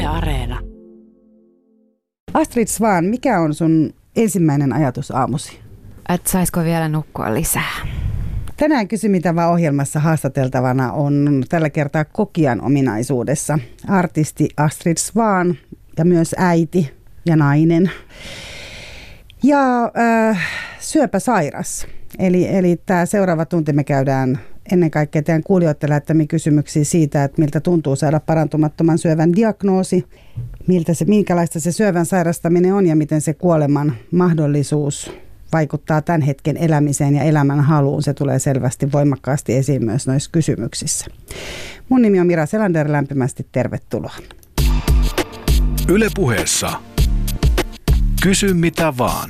Yle Areena. Astrid Svan, mikä on sun ensimmäinen ajatus aamusi? Että saisiko vielä nukkua lisää? Tänään Kysymytävä ohjelmassa haastateltavana on tällä kertaa kokijan ominaisuudessa artisti Astrid Svan ja myös äiti ja nainen. Ja syöpäsairas. Eli tämä seuraava tunti me käydään ennen kaikkea teidän kuulijoille lähettämiä kysymyksiä siitä, että miltä tuntuu saada parantumattoman syövän diagnoosi, minkälaista se syövän sairastaminen on ja miten se kuoleman mahdollisuus vaikuttaa tämän hetken elämiseen ja elämän haluun. Se tulee selvästi voimakkaasti esiin myös noissa kysymyksissä. Mun nimi on Mira Selander, lämpimästi tervetuloa. Yle Puheessa. Kysy mitä vaan.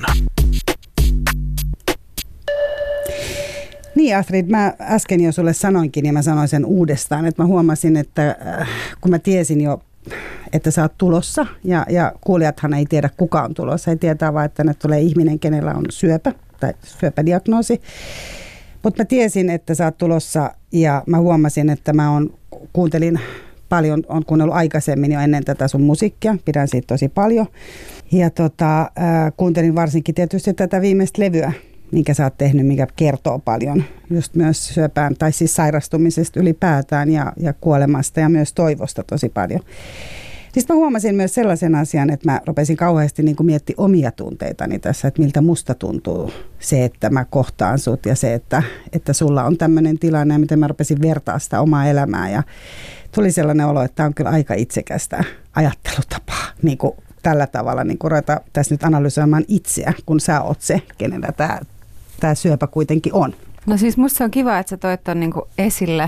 Niin Astrid, mä äsken jo sulle sanoinkin ja mä sanoin sen uudestaan, että mä huomasin, että kun mä tiesin jo, että sä oot tulossa ja kuulijathan ei tiedä kuka on tulossa, ei tietää vaan, että tänne tulee ihminen, kenellä on syöpä tai syöpädiagnoosi. Mutta mä tiesin, että sä oot tulossa ja mä huomasin, että kuuntelin paljon, on kuunnellut aikaisemmin jo ennen tätä sun musiikkia, pidän siitä tosi paljon. Ja kuuntelin varsinkin tietysti tätä viimeistä levyä, minkä sä oot tehnyt, mikä kertoo paljon just myös syöpään tai siis sairastumisesta ylipäätään ja kuolemasta ja myös toivosta tosi paljon. Sitten mä huomasin myös sellaisen asian, että mä rupesin kauheasti niin kuin miettimään omia tunteitani tässä, että miltä musta tuntuu se, että mä kohtaan sut ja se, että sulla on tämmöinen tilanne ja miten mä rupesin vertaa sitä omaa elämää ja tuli sellainen olo, että tämä on kyllä aika itsekästä ajattelutapaa, niin kuin tällä tavalla niin kuin ruveta tässä nyt analysoimaan itseä, kun sä oot se, kenellä tämä syöpä kuitenkin on. No siis musta se on kiva, että sä toit ton niinku esille,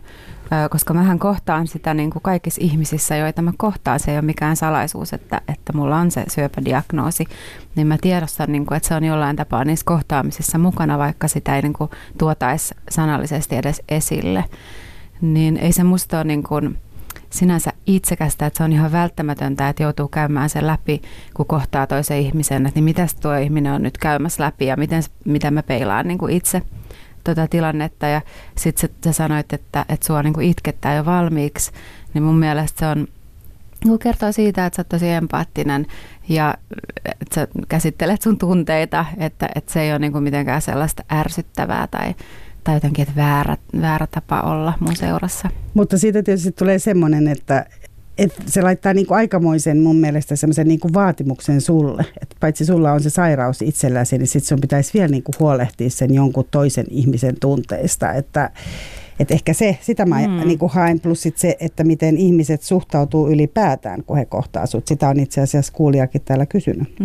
koska mähän kohtaan sitä niinku kaikissa ihmisissä, joita mä kohtaan. Se ei ole mikään salaisuus, että mulla on se syöpädiagnoosi. Niin mä tiedostan, niinku, että se on jollain tapaa niissä kohtaamisissa mukana, vaikka sitä ei niinku tuotaisi sanallisesti edes esille. Niin ei se musta ole niinku sinänsä itsekästä, että se on ihan välttämätöntä, että joutuu käymään sen läpi, kun kohtaa toisen ihmisen, että niin mitä tuo ihminen on nyt käymässä läpi ja miten mä peilaan niin kuin itse tuota tilannetta. Ja sitten sä sanoit, että sua niin kuin itkettää jo valmiiksi, niin mun mielestä se on, kun kertoo siitä, että sä oot tosi empaattinen ja että sä käsittelet sun tunteita, että se ei ole niin kuin mitenkään sellaista ärsyttävää tai jotenkin, että väärä tapa olla mun seurassa. Mutta siitä tietysti tulee semmoinen, että se laittaa niin kuin aikamoisen mun mielestä semmoisen niin kuin vaatimuksen sulle. Että paitsi sulla on se sairaus itselläsi, niin sitten sun pitäisi vielä niin kuin huolehtia sen jonkun toisen ihmisen tunteista. Että ehkä sitä mä niin kuin haen, plus sit se, että miten ihmiset suhtautuu ylipäätään, kun he kohtaa sut. Sitä on itse asiassa kuulijakin täällä kysynyt.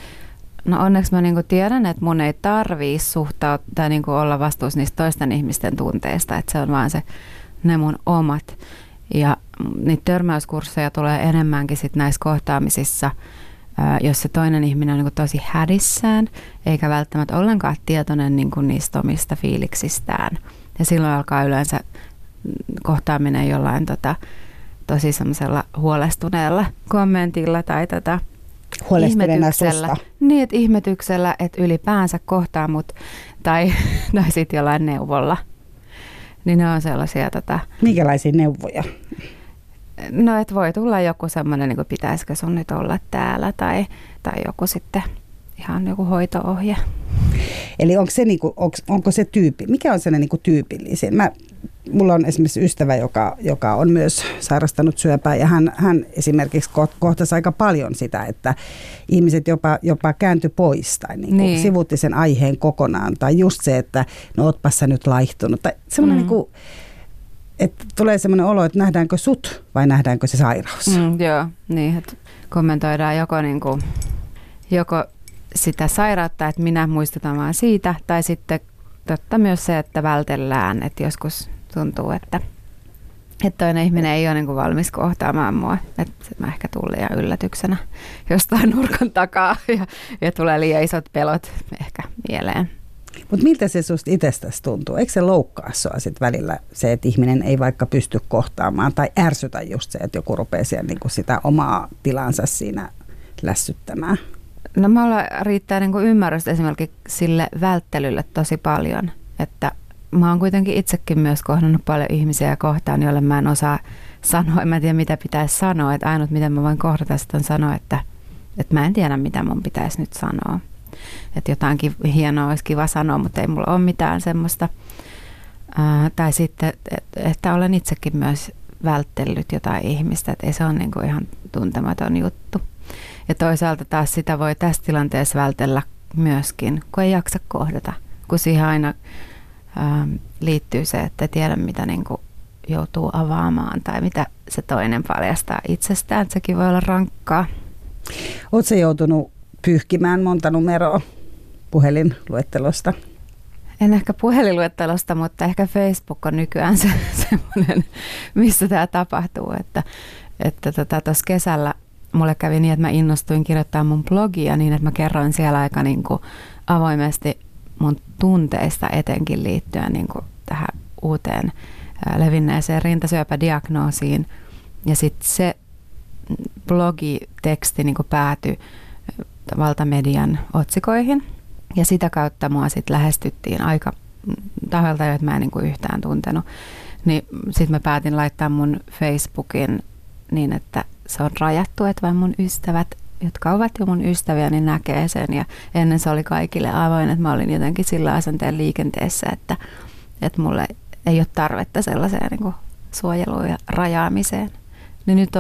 No onneksi mä niinku tiedän, että mun ei tarvii suhtautua tai niinku olla vastuussa niistä toisten ihmisten tunteista, että se on vaan ne mun omat. Ja niitä törmäyskursseja tulee enemmänkin sit näissä kohtaamisissa, jos se toinen ihminen on niinku tosi hädissään, eikä välttämättä ollenkaan tietoinen niinku niistä omista fiiliksistään. Ja silloin alkaa yleensä kohtaaminen jollain tosi semmoisella huolestuneella kommentilla tai ihmetyksellä. Niin, että ihmetyksellä, että ylipäänsä kohtaa mut tai sitten jollain neuvolla. Niin ne on sellaisia Minkälaisia neuvoja? No, että voi tulla joku semmoinen, niin kuin pitäisikö sun nyt olla täällä tai joku sitten ihan joku hoito-ohje. Eli onko se tyyppi? Mikä on sellainen niin tyypillisin? Mulla on esimerkiksi ystävä, joka on myös sairastanut syöpää ja hän esimerkiksi kohtasi aika paljon sitä, että ihmiset jopa kääntyi pois tai niin. Sivuutti sen aiheen kokonaan. Tai just se, että no ootpas sä nyt laihtunut. Tai semmoinen että tulee semmoinen olo, että nähdäänkö sut vai nähdäänkö se sairaus. Joo, niin että kommentoidaan joko sitä sairautta, että minä muistutan vaan siitä, tai sitten totta myös se, että vältellään, että joskus tuntuu, että toinen ihminen ei ole niin kuin valmis kohtaamaan mua. Että mä ehkä tulen liian yllätyksenä jostain nurkan takaa ja tulee liian isot pelot ehkä mieleen. Mutta miltä se susta itsestäsi tuntuu? Eikö se loukkaa sua sit välillä se, että ihminen ei vaikka pysty kohtaamaan tai ärsytä just se, että joku rupeaa siellä niin kuin sitä omaa tilansa siinä lässyttämään? No mulla riittää niin kuin ymmärrystä esimerkiksi sille välttelylle tosi paljon, että mä oon kuitenkin itsekin myös kohdannut paljon ihmisiä kohtaan, joille mä en osaa sanoa. Mä en tiedä, mitä pitäisi sanoa. Että ainut, miten mä voin kohdata sitä on sanoa, että mä en tiedä, mitä mun pitäisi nyt sanoa. Että jotakin hienoa olisi kiva sanoa, mutta ei mulla ole mitään semmoista. Tai sitten, että olen itsekin myös välttellyt jotain ihmistä, että ei se ole niin kuin ihan tuntematon juttu. Ja toisaalta taas sitä voi tässä tilanteessa vältellä myöskin, kun ei jaksa kohdata. Kun siihen aina liittyy se, että ei tiedä mitä niin kuin joutuu avaamaan tai mitä se toinen paljastaa itsestään. Sekin voi olla rankkaa. Oletko joutunut pyyhkimään monta numeroa puhelinluettelosta? En ehkä puhelinluettelosta, mutta ehkä Facebook on nykyään semmoinen, missä tämä tapahtuu. Että tuossa kesällä mulle kävi niin, että mä innostuin kirjoittaa mun blogia niin, että mä kerroin siellä aika niin kuin avoimesti mun tunteista etenkin liittyen niin kuin tähän uuteen levinneeseen rintasyöpädiagnoosiin. Ja sitten se blogiteksti niin kuin päätyi valtamedian otsikoihin. Ja sitä kautta mua sitten lähestyttiin aika tahoilta, joita mä en niin kuin yhtään tuntenut. Niin sitten mä päätin laittaa mun Facebookin niin, että se on rajattu, että vain mun ystävät, jotka ovat jo mun ystäviä, niin näkee sen. Ja ennen se oli kaikille avoin, että mä olin jotenkin sillä asenteen liikenteessä, että mulle ei ole tarvetta sellaiseen niin kuin suojeluun ja rajaamiseen. Niin nyt on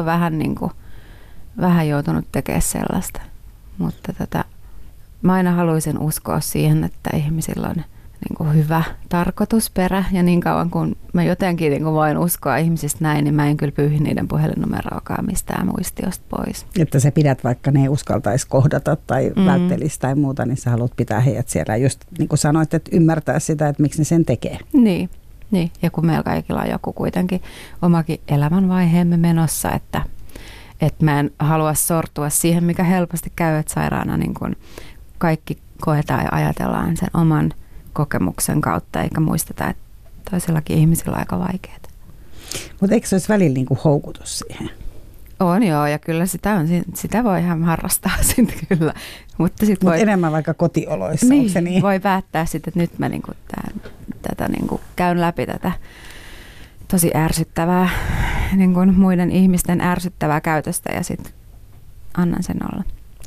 vähän joutunut tekemään sellaista. Mutta mä aina haluaisin uskoa siihen, että ihmisillä on niin kuin hyvä tarkoitusperä. Ja niin kauan kun mä jotenkin niin kuin voin uskoa ihmisistä näin, niin mä en kyllä pyyhi niiden puhelinnumeroakaan mistään muistiosta pois. Että sä pidät, vaikka ne ei uskaltaisi kohdata tai välttelisi tai muuta, niin sä haluat pitää heidät siellä. Just niin kuin sanoit, että ymmärtää sitä, että miksi ne sen tekee. Niin. Ja kun meillä kaikilla on joku kuitenkin omakin elämänvaiheemme menossa, että mä en halua sortua siihen, mikä helposti käy, että sairaana niin kun kaikki koetaan ja ajatellaan sen oman kokemuksen kautta, eikä muisteta, että toisillakin ihmisillä on aika vaikeaa. Mutta eikö se olisi välillä niin kuin houkutus siihen? On joo, ja kyllä sitä voi ihan harrastaa sitten kyllä. Mutta enemmän vaikka kotioloissa, niin, onko se niin? Voi päättää sitten, että nyt mä niinku tätä niinku käyn läpi tätä tosi ärsyttävää, niinku muiden ihmisten ärsyttävää käytöstä ja sitten annan sen olla.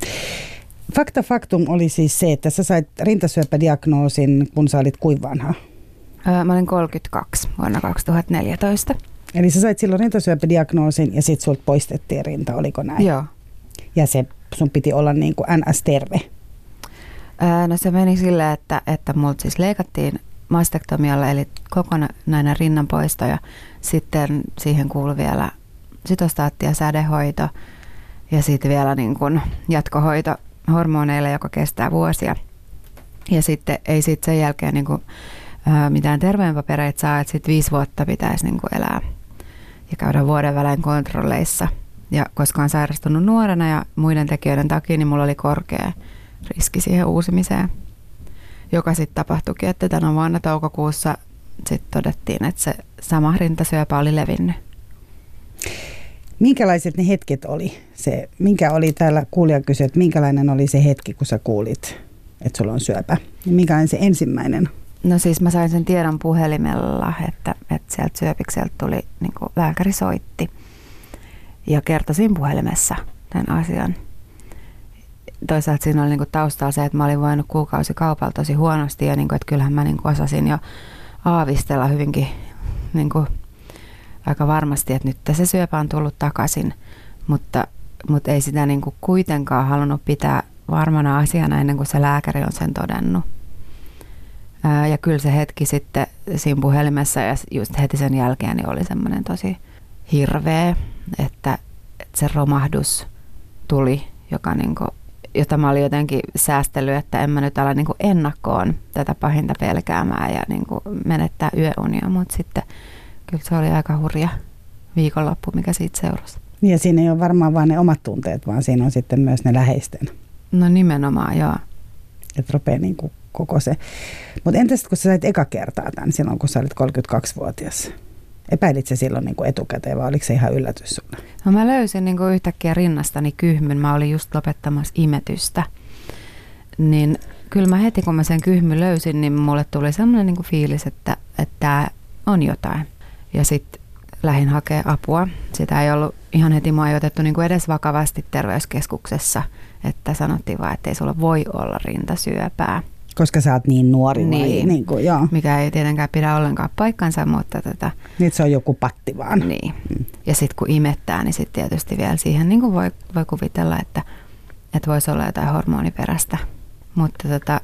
Fakta faktum oli siis se, että sä sait rintasyöpädiagnoosin, kun sä olit kuinka vanha? Mä olin 32 vuonna 2014. Eli sä sait silloin rintasyöpädiagnoosin ja sit sulta poistettiin rinta, oliko näin? Joo. Ja sun piti olla niin kuin NS-terve? No se meni silleen, että multa siis leikattiin mastektomialla, eli kokonainen rinnan poisto ja sitten siihen kuului vielä sytostaatti ja sädehoito ja sitten vielä niin kuin jatkohoito hormoneilla, joka kestää vuosia. Ja sitten ei sitten sen jälkeen niin kuin, mitään terveenpapereita saa, että sitten 5 vuotta pitäisi niin kuin elää ja käydä vuoden välein kontrolleissa. Ja koska olen sairastunut nuorena ja muiden tekijöiden takia, niin mulla oli korkea riski siihen uusimiseen, joka sitten tapahtuikin, että tänä vuonna toukokuussa sitten todettiin, että se sama rintasyöpä oli levinnyt. Minkälaiset ne hetket oli? Minkä oli täällä kuulija kysyi, että minkälainen oli se hetki, kun sä kuulit, että sulla on syöpä? Ja minkälainen se ensimmäinen? No siis mä sain sen tiedon puhelimella, että sieltä syöpikseltä tuli, niin kuin lääkäri soitti ja kertoisin puhelimessa tämän asian. Toisaalta siinä oli niin kuin taustalla se, että mä olin voinut kuukausikaupalla tosi huonosti ja niin kuin, että kyllähän mä niin kuin osasin jo aavistella hyvinkin niin kuin aika varmasti, että nyt se syöpä on tullut takaisin, mutta ei sitä niin kuin kuitenkaan halunnut pitää varmana asiana ennen kuin se lääkäri on sen todennut. Ja kyllä se hetki sitten siinä puhelimessa ja just heti sen jälkeen niin oli semmoinen tosi hirveä, että se romahdus tuli, jota mä olin jotenkin säästellyt, että en mä nyt ala niin kuin ennakkoon tätä pahinta pelkäämään ja niin kuin menettää yöunia, mutta sitten kyllä se oli aika hurja viikonloppu, mikä siitä seurasi. Ja siinä ei ole varmaan vain ne omat tunteet, vaan siinä on sitten myös ne läheisten. No nimenomaan, joo. Että rupeaa niin kuin koko se. Mutta entäs kun sä sait eka kertaa tämän silloin, kun sä olit 32-vuotias? Epäilit sä silloin niin kuin etukäteen vai oliko se ihan yllätys sulle? No mä löysin niin kuin yhtäkkiä rinnastani kyhmyn. Mä olin just lopettamassa imetystä. Niin kyllä mä heti kun mä sen kyhmyn löysin, niin mulle tuli sellainen niin kuin fiilis, että tää on jotain. Ja sitten lähdin hakea apua. Sitä ei ollut ihan heti mua ei otettu niin kuin edes vakavasti terveyskeskuksessa, että sanottiin vaan, että ei sulla voi olla rintasyöpää. Koska sä oot niin nuori vai? Niin kuin, joo. Mikä ei tietenkään pidä ollenkaan paikkansa, mutta Niin se on joku patti vaan. Niin. Ja sitten kun imettää, niin sitten tietysti vielä siihen niin kuin voi kuvitella, että voisi olla jotain hormoniperäistä. Mutta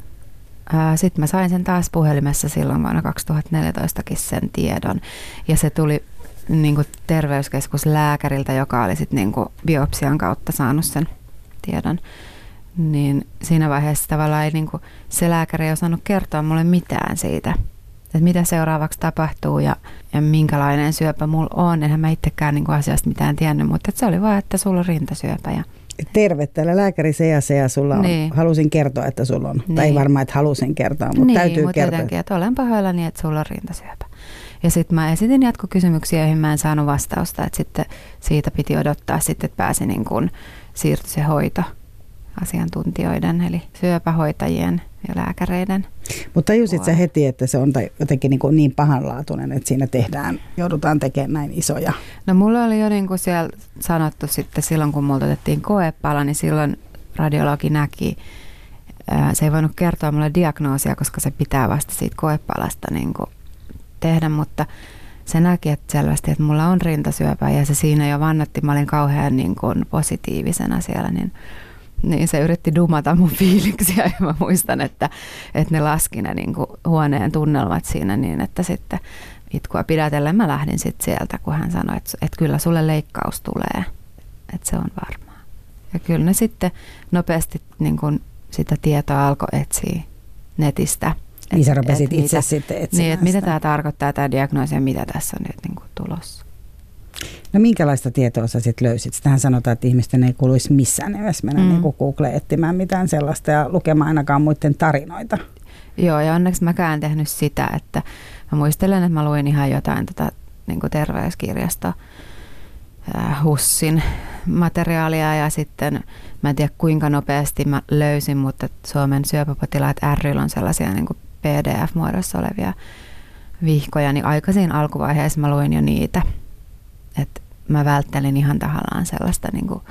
sitten mä sain sen taas puhelimessa silloin vuonna 2014kin sen tiedon. Ja se tuli niin kuin terveyskeskuslääkäriltä, joka oli sitten niin kuin biopsian kautta saanut sen tiedon. Niin siinä vaiheessa tavallaan ei, niin kuin, se lääkäri ei osannut kertoa mulle mitään siitä, että mitä seuraavaksi tapahtuu ja minkälainen syöpä mulla on. Enhän mä itsekään niin kuin asiasta mitään tiennyt, mutta se oli vaan, että sulla on rintasyöpä. Terve, täällä lääkäri se ja sulla on. Niin. Halusin kertoa, että sulla on. Niin. Tai ei varmaan, että halusin kertoa, mutta niin, täytyy mutta kertoa. Jotenkin, että olen pahoillani, että sulla on rintasyöpä. Ja sitten mä esitin jatkokysymyksiä, joihin mä en saanut vastausta. Että sitten siitä piti odottaa, sitten, että pääsi niin kuin siirtyi se hoito asiantuntijoiden, eli syöpähoitajien ja lääkäreiden. Mutta tajusit sä heti, että se on jotenkin niin pahanlaatuinen, että siinä joudutaan tekemään näin isoja? No mulla oli jo niin kuin siellä sanottu sitten silloin, kun multa otettiin koepala, niin silloin radiologi näki, se ei voinut kertoa mulle diagnoosia, koska se pitää vasta siitä koepalasta niin kuin tehdä, mutta se näki että selvästi, että mulla on rintasyöpä ja se siinä jo vannatti, mä olin kauhean niin kuin positiivisena siellä, niin se yritti dumata mun fiiliksiä ja mä muistan, että ne laski ne niin kuin huoneen tunnelmat siinä niin, että sitten itkua pidätellen mä lähdin sitten sieltä, kun hän sanoi, että kyllä sulle leikkaus tulee, että se on varmaa. Ja kyllä ne sitten nopeasti niin kuin sitä tietoa alkoi etsiä netistä. Niin sä rupesit itse sitten etsimään niin, että mitä tämä tarkoittaa, tämä diagnoosi ja mitä tässä on nyt niin kuin tulossa. No minkälaista tietoa sä sitten löysit? Sitähän sanotaan, että ihmisten ei kuuluisi missään nimessä mennä niin kuin Googleen etsimään mitään sellaista ja lukemaan ainakaan muiden tarinoita. Joo, ja onneksi mäkään en tehnyt sitä, että mä muistelen, että mä luin ihan jotain niin kuin terveyskirjasta HUSin materiaalia ja sitten mä en tiedä kuinka nopeasti mä löysin, mutta Suomen syöpäpotilaat ry:llä on sellaisia niin kuin PDF-muodossa olevia vihkoja, niin aikaisin alkuvaiheessa mä luin jo niitä. Että mä välttelin ihan tahallaan sellaista niin kuin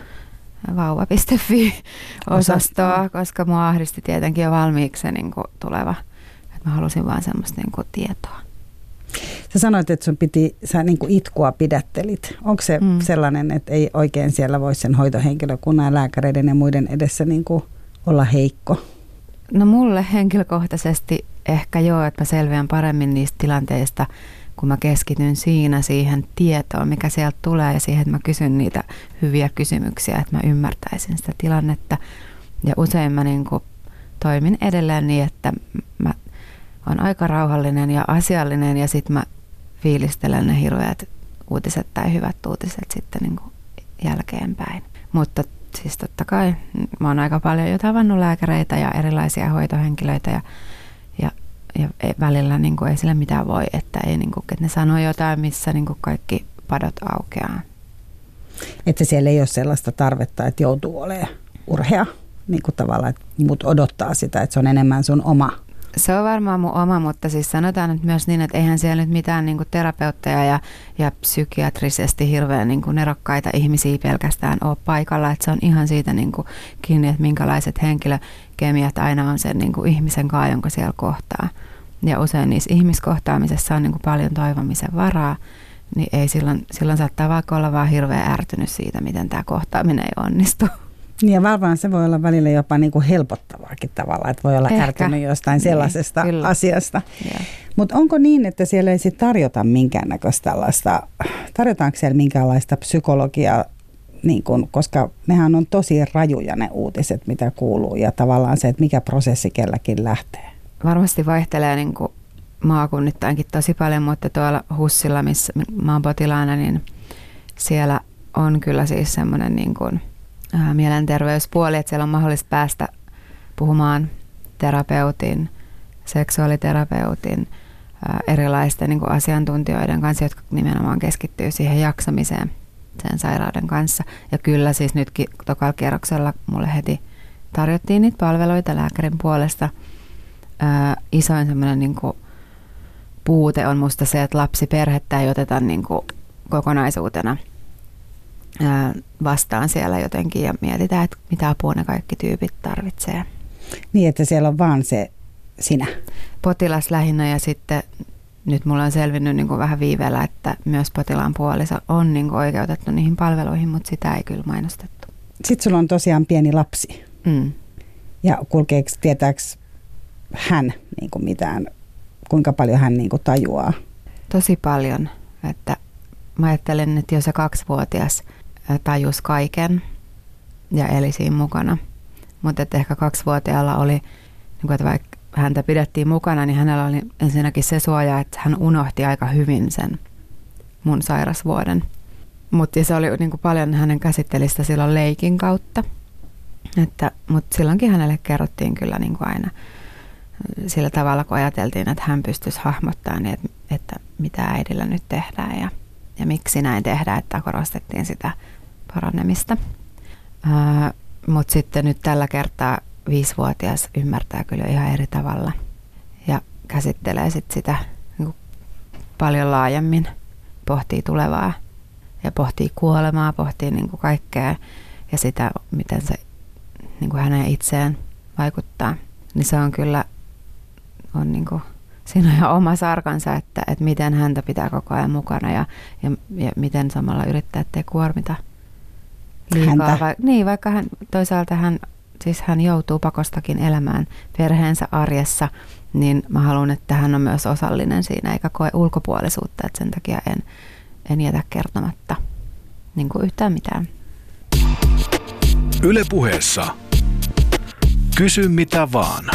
vauva.fi-osastoa, koska mua ahdisti tietenkin jo valmiiksi se niin kuin tuleva. Että mä halusin vaan semmoista niin kuin tietoa. Sä sanoit, että sä niin kuin itkua pidättelit. Onko se sellainen, että ei oikein siellä voi sen hoitohenkilökunnan ja lääkäreiden ja muiden edessä niin kuin olla heikko? No mulle henkilökohtaisesti ehkä joo, että mä selviän paremmin niistä tilanteista, kun mä keskityn siinä siihen tietoon, mikä sieltä tulee ja siihen, että mä kysyn niitä hyviä kysymyksiä, että mä ymmärtäisin sitä tilannetta. Ja usein mä niin kuin toimin edelleen niin, että mä oon aika rauhallinen ja asiallinen ja sitten mä fiilistelen ne hirveät uutiset tai hyvät uutiset sitten niin kuin jälkeenpäin. Mutta siis totta kai mä oon aika paljon jo tavannut lääkäreitä ja erilaisia hoitohenkilöitä ja välillä niin kuin ei sille mitään voi, että, ei, niin kuin, että ne sanoo jotain, missä niin kuin kaikki padot aukeaa. Että siellä ei ole sellaista tarvetta, että joutuu olemaan urhea niin kuin tavallaan, että mut odottaa sitä, että se on enemmän sun oma. Se on varmaan mun oma, mutta siis sanotaan nyt myös niin, että eihän siellä nyt mitään niin kuin terapeutteja ja psykiatrisesti hirveän niin kuin nerokkaita ihmisiä pelkästään ole paikalla. Että se on ihan siitä niin kuin kiinni, että minkälaiset henkilökemiat aina on sen niin kuin ihmisen kanssa, jonka siellä kohtaa. Ja usein niissä ihmiskohtaamisessa on niin kuin paljon toivomisen varaa, niin ei silloin saattaa vaikka olla vaan hirveän ärtynyt siitä, miten tämä kohtaaminen ei onnistu. Ja varmaan se voi olla välillä jopa niin kuin helpottavaakin tavalla, että voi olla ärtynyt jostain sellaisesta asiasta. Mutta onko niin, että siellä ei sit tarjota minkäännäköistä tällaista, tarjotaanko siellä minkäänlaista psykologiaa, niin kun, koska nehän on tosi rajuja ne uutiset, mitä kuuluu ja tavallaan se, että mikä prosessi kelläkin lähtee. Varmasti vaihtelee niin kuin maakunnittainkin tosi paljon, mutta tuolla HUSilla, missä mä oon potilaana, niin siellä on kyllä siis semmoinen niin kuin mielenterveyspuoli, että siellä on mahdollista päästä puhumaan terapeutin, seksuaaliterapeutin, erilaisten niin kuin asiantuntijoiden kanssa, jotka nimenomaan keskittyy siihen jaksamiseen sen sairauden kanssa. Ja kyllä siis nytkin tokalla kierroksella mulle heti tarjottiin niitä palveluita lääkärin puolesta. Isoin semmoinen niin kuin puute on musta se, että lapsiperhettä ei oteta niin kuin kokonaisuutena vastaan siellä jotenkin ja mietitään, että mitä apua ne kaikki tyypit tarvitsee. Niin, että siellä on vaan se sinä. Potilas lähinnä ja sitten nyt mulla on selvinnyt niin kuin vähän viiveellä, että myös potilaan puoliso on niin kuin oikeutettu niihin palveluihin, mutta sitä ei kyllä mainostettu. Sitten sulla on tosiaan pieni lapsi. Ja tietääkö hän niin kuin mitään, kuinka paljon hän niin kuin tajuaa? Tosi paljon. Että mä ajattelen, että jos se 2-vuotias tajusi kaiken ja eli siinä mukana, mutta ehkä 2-vuotiaalla oli, niin kuin, että vaikka häntä pidettiin mukana, niin hänellä oli ensinnäkin se suoja, että hän unohti aika hyvin sen mun sairasvuoden. Mutta se oli niin kuin paljon hänen käsittelistä silloin leikin kautta. Mutta silloinkin hänelle kerrottiin kyllä niin kuin aina sillä tavalla, kun ajateltiin, että hän pystyisi hahmottamaan, niin että mitä äidillä nyt tehdään ja miksi näin tehdään, että korostettiin sitä paranemista. Mutta sitten nyt tällä kertaa 5-vuotias ymmärtää kyllä ihan eri tavalla ja käsittelee sitä niin kuin paljon laajemmin, pohtii tulevaa ja pohtii kuolemaa, pohtii niin kuin kaikkea ja sitä, miten se niin kuin hänen itseen vaikuttaa. Niin se on kyllä, niin kuin, siinä on ihan oma sarkansa, että miten häntä pitää koko ajan mukana ja miten samalla yrittää, ettei kuormita liikaa. Vaikka toisaalta hän joutuu pakostakin elämään perheensä arjessa, niin mä haluan, että hän on myös osallinen siinä eikä koe ulkopuolisuutta, että sen takia en jätä kertomatta niin kuin yhtään mitään. Yle Puheessa. Kysy mitä vaan.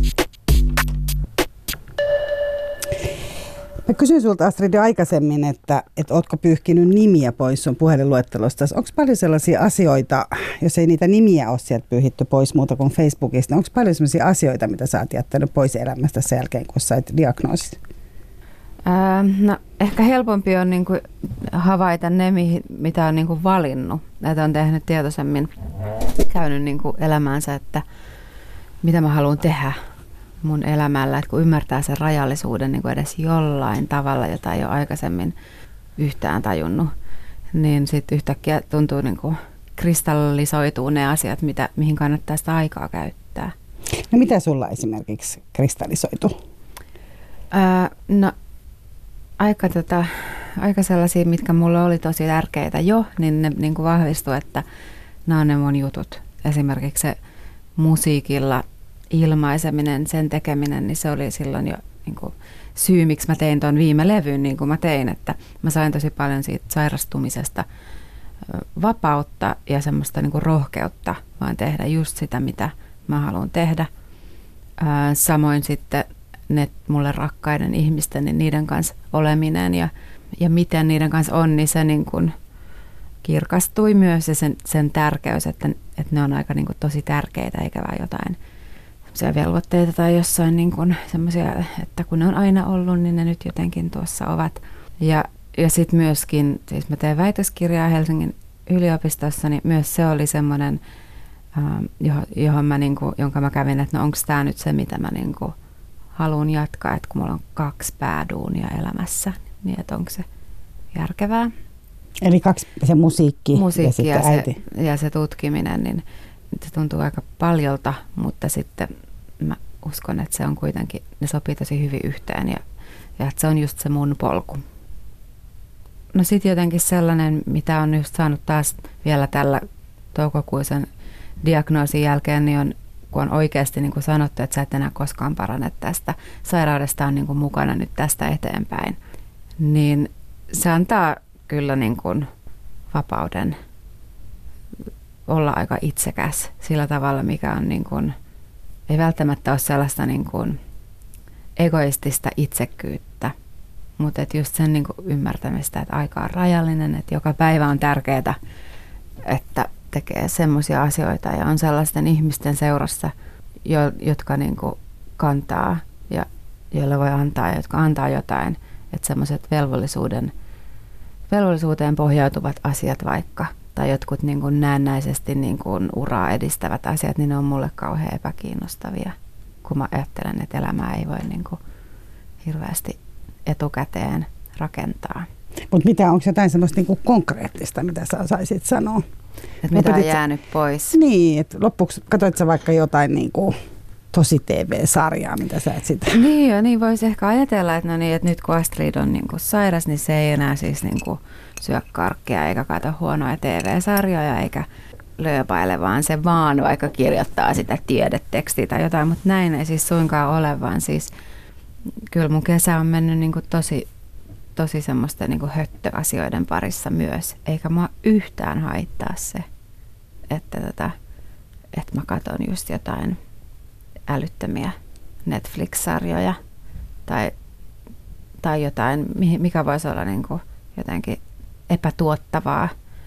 Mä kysyin sulta, Astrid, jo aikaisemmin, että ootko pyyhkinyt nimiä pois sun puhelinluettelosta. Onko paljon sellaisia asioita, jos ei niitä nimiä ole sieltä pyyhitty pois muuta kuin Facebookista, onko paljon sellaisia asioita, mitä sä oot jättänyt pois elämästä sen jälkeen, kun sait diagnoosit? No, ehkä helpompi on niin kuin havaita ne, mitä on niin kuin valinnut. Että on tehnyt tietoisemmin, käynyt niin kuin elämäänsä, että mitä mä haluan tehdä mun elämällä. Että kun ymmärtää sen rajallisuuden niin kuin edes jollain tavalla, jota ei ole aikaisemmin yhtään tajunnut, niin sitten yhtäkkiä tuntuu niin kuin kristallisoituu ne asiat, mihin kannattaa sitä aikaa käyttää. No mitä sulla esimerkiksi kristallisoituu? No aika sellaisia, mitkä mulle oli tosi tärkeitä jo, niin ne niin kuin vahvistui, että nämä on ne mun jutut. Esimerkiksi se musiikilla ilmaiseminen, sen tekeminen, niin se oli silloin jo niin kuin syy, miksi mä tein tuon viime levyn niin kuin mä tein, että mä sain tosi paljon siitä sairastumisesta vapautta ja semmoista niin kuin rohkeutta vaan tehdä just sitä, mitä mä haluan tehdä. Samoin sitten ne mulle rakkaiden ihmisten, niin niiden kanssa oleminen ja miten niiden kanssa on, niin se niin kuin kirkastui myös ja sen tärkeys, että ne on aika niin kuin tosi tärkeitä eikä vaan jotain semmoisia velvoitteita tai jossain niin kuin semmoisia, että kun ne on aina ollut, niin ne nyt jotenkin tuossa ovat. Ja sitten myöskin, siis mä teen väitöskirjaa Helsingin yliopistossa, niin myös se oli semmoinen, johon mä niin kuin, jonka mä kävin, että no onko tämä nyt se, mitä mä niin kuin haluan jatkaa, että kun mulla on 2 pääduunia elämässä, niin että onko se järkevää. Eli 2, se musiikki ja sitten äiti. Ja se tutkiminen, niin se tuntuu aika paljolta, mutta sitten mä uskon, että se on kuitenkin, ne sopii tosi hyvin yhteen ja että se on just se mun polku. No sitten jotenkin sellainen, mitä on just saanut taas vielä tällä toukokuisen diagnoosin jälkeen, niin on, kun on oikeasti niin kuin sanottu, että sä et enää koskaan parane tästä, sairaudesta on niin kuin mukana nyt tästä eteenpäin, niin se antaa kyllä niin kuin vapauden olla aika itsekäs sillä tavalla, mikä on niin kuin, ei välttämättä ole sellaista niin kuin egoistista itsekkyyttä, mutta et just sen niin kuin ymmärtämistä, että aika on rajallinen, että joka päivä on tärkeää, että tekee semmoisia asioita ja on sellaisten ihmisten seurassa, jotka niin kuin kantaa ja joille voi antaa ja jotka antaa jotain, että semmoiset velvollisuuteen pohjautuvat asiat vaikka tai jotkut niin kuin näennäisesti niin kuin uraa edistävät asiat, niin ne on mulle kauhean epäkiinnostavia, kun mä ajattelen, että elämää ei voi niin kuin hirveästi etukäteen rakentaa. Mutta onko jotain semmoista niinku konkreettista, mitä sä osaisit sanoa? Että mitä on jäänyt pois. Niin, että loppuksi katsoit sä vaikka jotain niinku tosi TV-sarjaa, mitä sä et sitten. Niin voisi ehkä ajatella, että, no niin, että nyt kun Astrid on niinku sairas, niin se ei enää siis niinku syö karkkia eikä katso huonoja TV-sarjoja eikä lööpaile, vaan se vaan vaikka kirjoittaa sitä tiedetekstiä tai jotain, mutta näin ei siis suinkaan ole, vaan siis kyllä mun kesä on mennyt niinku tosi semmoista niinku höttöasioiden parissa myös, eikä mua yhtään haittaa se, että mä katson just jotain älyttömiä Netflix-sarjoja tai jotain, mikä voisi olla niinku jotenkin epätuottavaa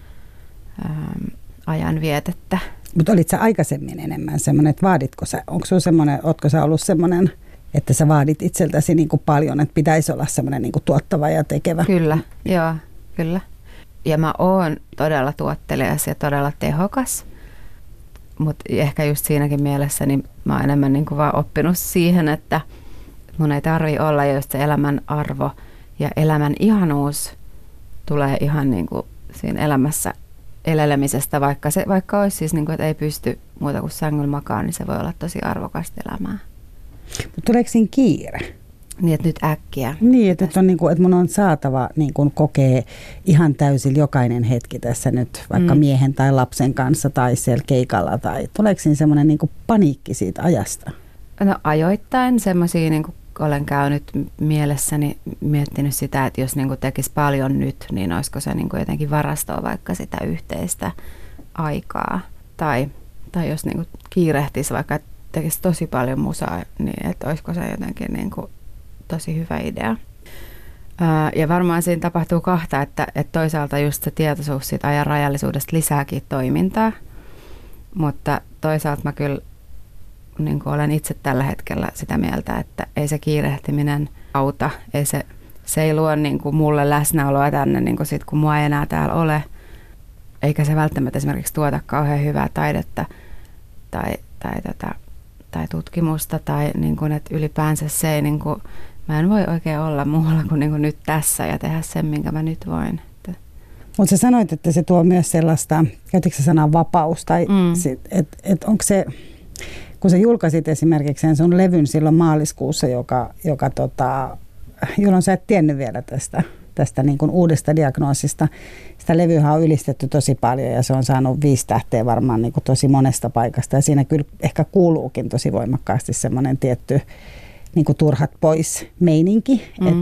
ajanvietettä. Mutta olit sä aikaisemmin enemmän semmoinen, että vaaditko sä, ootko sä ollut semmoinen, että sä vaadit itseltäsi niinku paljon, että pitäisi olla semmoinen niinku tuottava ja tekevä? Kyllä, joo, kyllä. Ja mä oon todella tuottelias ja todella tehokas, mutta ehkä just siinäkin mielessä niin mä oon enemmän niinku vaan oppinut siihen, että mun ei tarvitse olla, jos se elämän arvo ja elämän ihanuus tulee ihan niinku siinä elämässä elelemisestä, vaikka olisi siis, niin kuin, että ei pysty muuta kuin sängyllä makaan, niin se voi olla tosi arvokasta elämää. Mutta tuleeko siinä kiire? Niin, että nyt äkkiä. Niin, että, on, niin kuin, että mun on saatava niin kuin, kokee ihan täysin jokainen hetki tässä nyt, vaikka miehen tai lapsen kanssa tai siellä keikalla. Tai tuleeko siinä semmoinen niin kuin paniikki siitä ajasta? No ajoittain semmoisia, niin kuin olen käynyt mielessäni miettinyt sitä, että jos niin kuin tekisi paljon nyt, niin olisiko se niin kuin jotenkin varastoa vaikka sitä yhteistä aikaa. Tai jos niin kuin kiirehtisi vaikka, että tekisi tosi paljon musaa, niin että olisiko se jotenkin niin kuin tosi hyvä idea. Ja varmaan siinä tapahtuu kahta, että toisaalta just se tietoisuus siitä ajan rajallisuudesta lisääkin toimintaa, mutta toisaalta mä kyllä niin kuin olen itse tällä hetkellä sitä mieltä, että ei se kiirehtiminen auta, se ei luo niin kuin mulle läsnäoloa tänne, niin kuin sit, kun mua ei enää täällä ole, eikä se välttämättä esimerkiksi tuota kauhean hyvää taidetta tai tutkimusta, tai niin kuin, että ylipäänsä se ei, niin kuin, mä en voi oikein olla muualla kuin, niin kuin nyt tässä ja tehdä sen, minkä mä nyt voin. Mutta sä sanoit, että se tuo myös sellaista, käytitkö sä sanaa vapaus, tai että onko se, kun sä julkaisit esimerkiksi sen sun levyn silloin maaliskuussa, jolloin sä et tiennyt vielä tästä niin kuin uudesta diagnoosista. Sitä levyä on ylistetty tosi paljon ja se on saanut 5 tähteä varmaan niin kuin tosi monesta paikasta. Ja siinä kyllä ehkä kuuluukin tosi voimakkaasti semmoinen tietty niin kuin turhat pois meininki.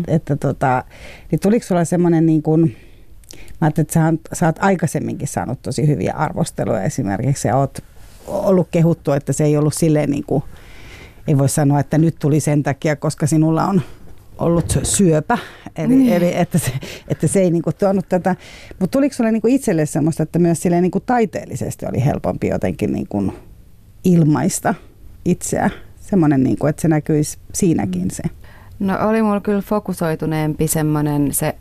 Niin tuliko sulla semmoinen, niin kuin, mä ajattelin, että sä oot aikaisemminkin saanut tosi hyviä arvosteluja esimerkiksi ja oot ollut kehuttu, että se ei ollut silleen niin kuin, ei voi sanoa, että nyt tuli sen takia, koska sinulla on ollut syöpä, eli että se ei niinku tuonut tätä. Mutta tuliko sinulle niinku itselle semmoista, että myös silleen niinku taiteellisesti oli helpompi jotenkin niinku ilmaista itseä? Semmoinen, niinku, että se näkyisi siinäkin se. No oli mulla kyllä fokusoituneempi semmoinen se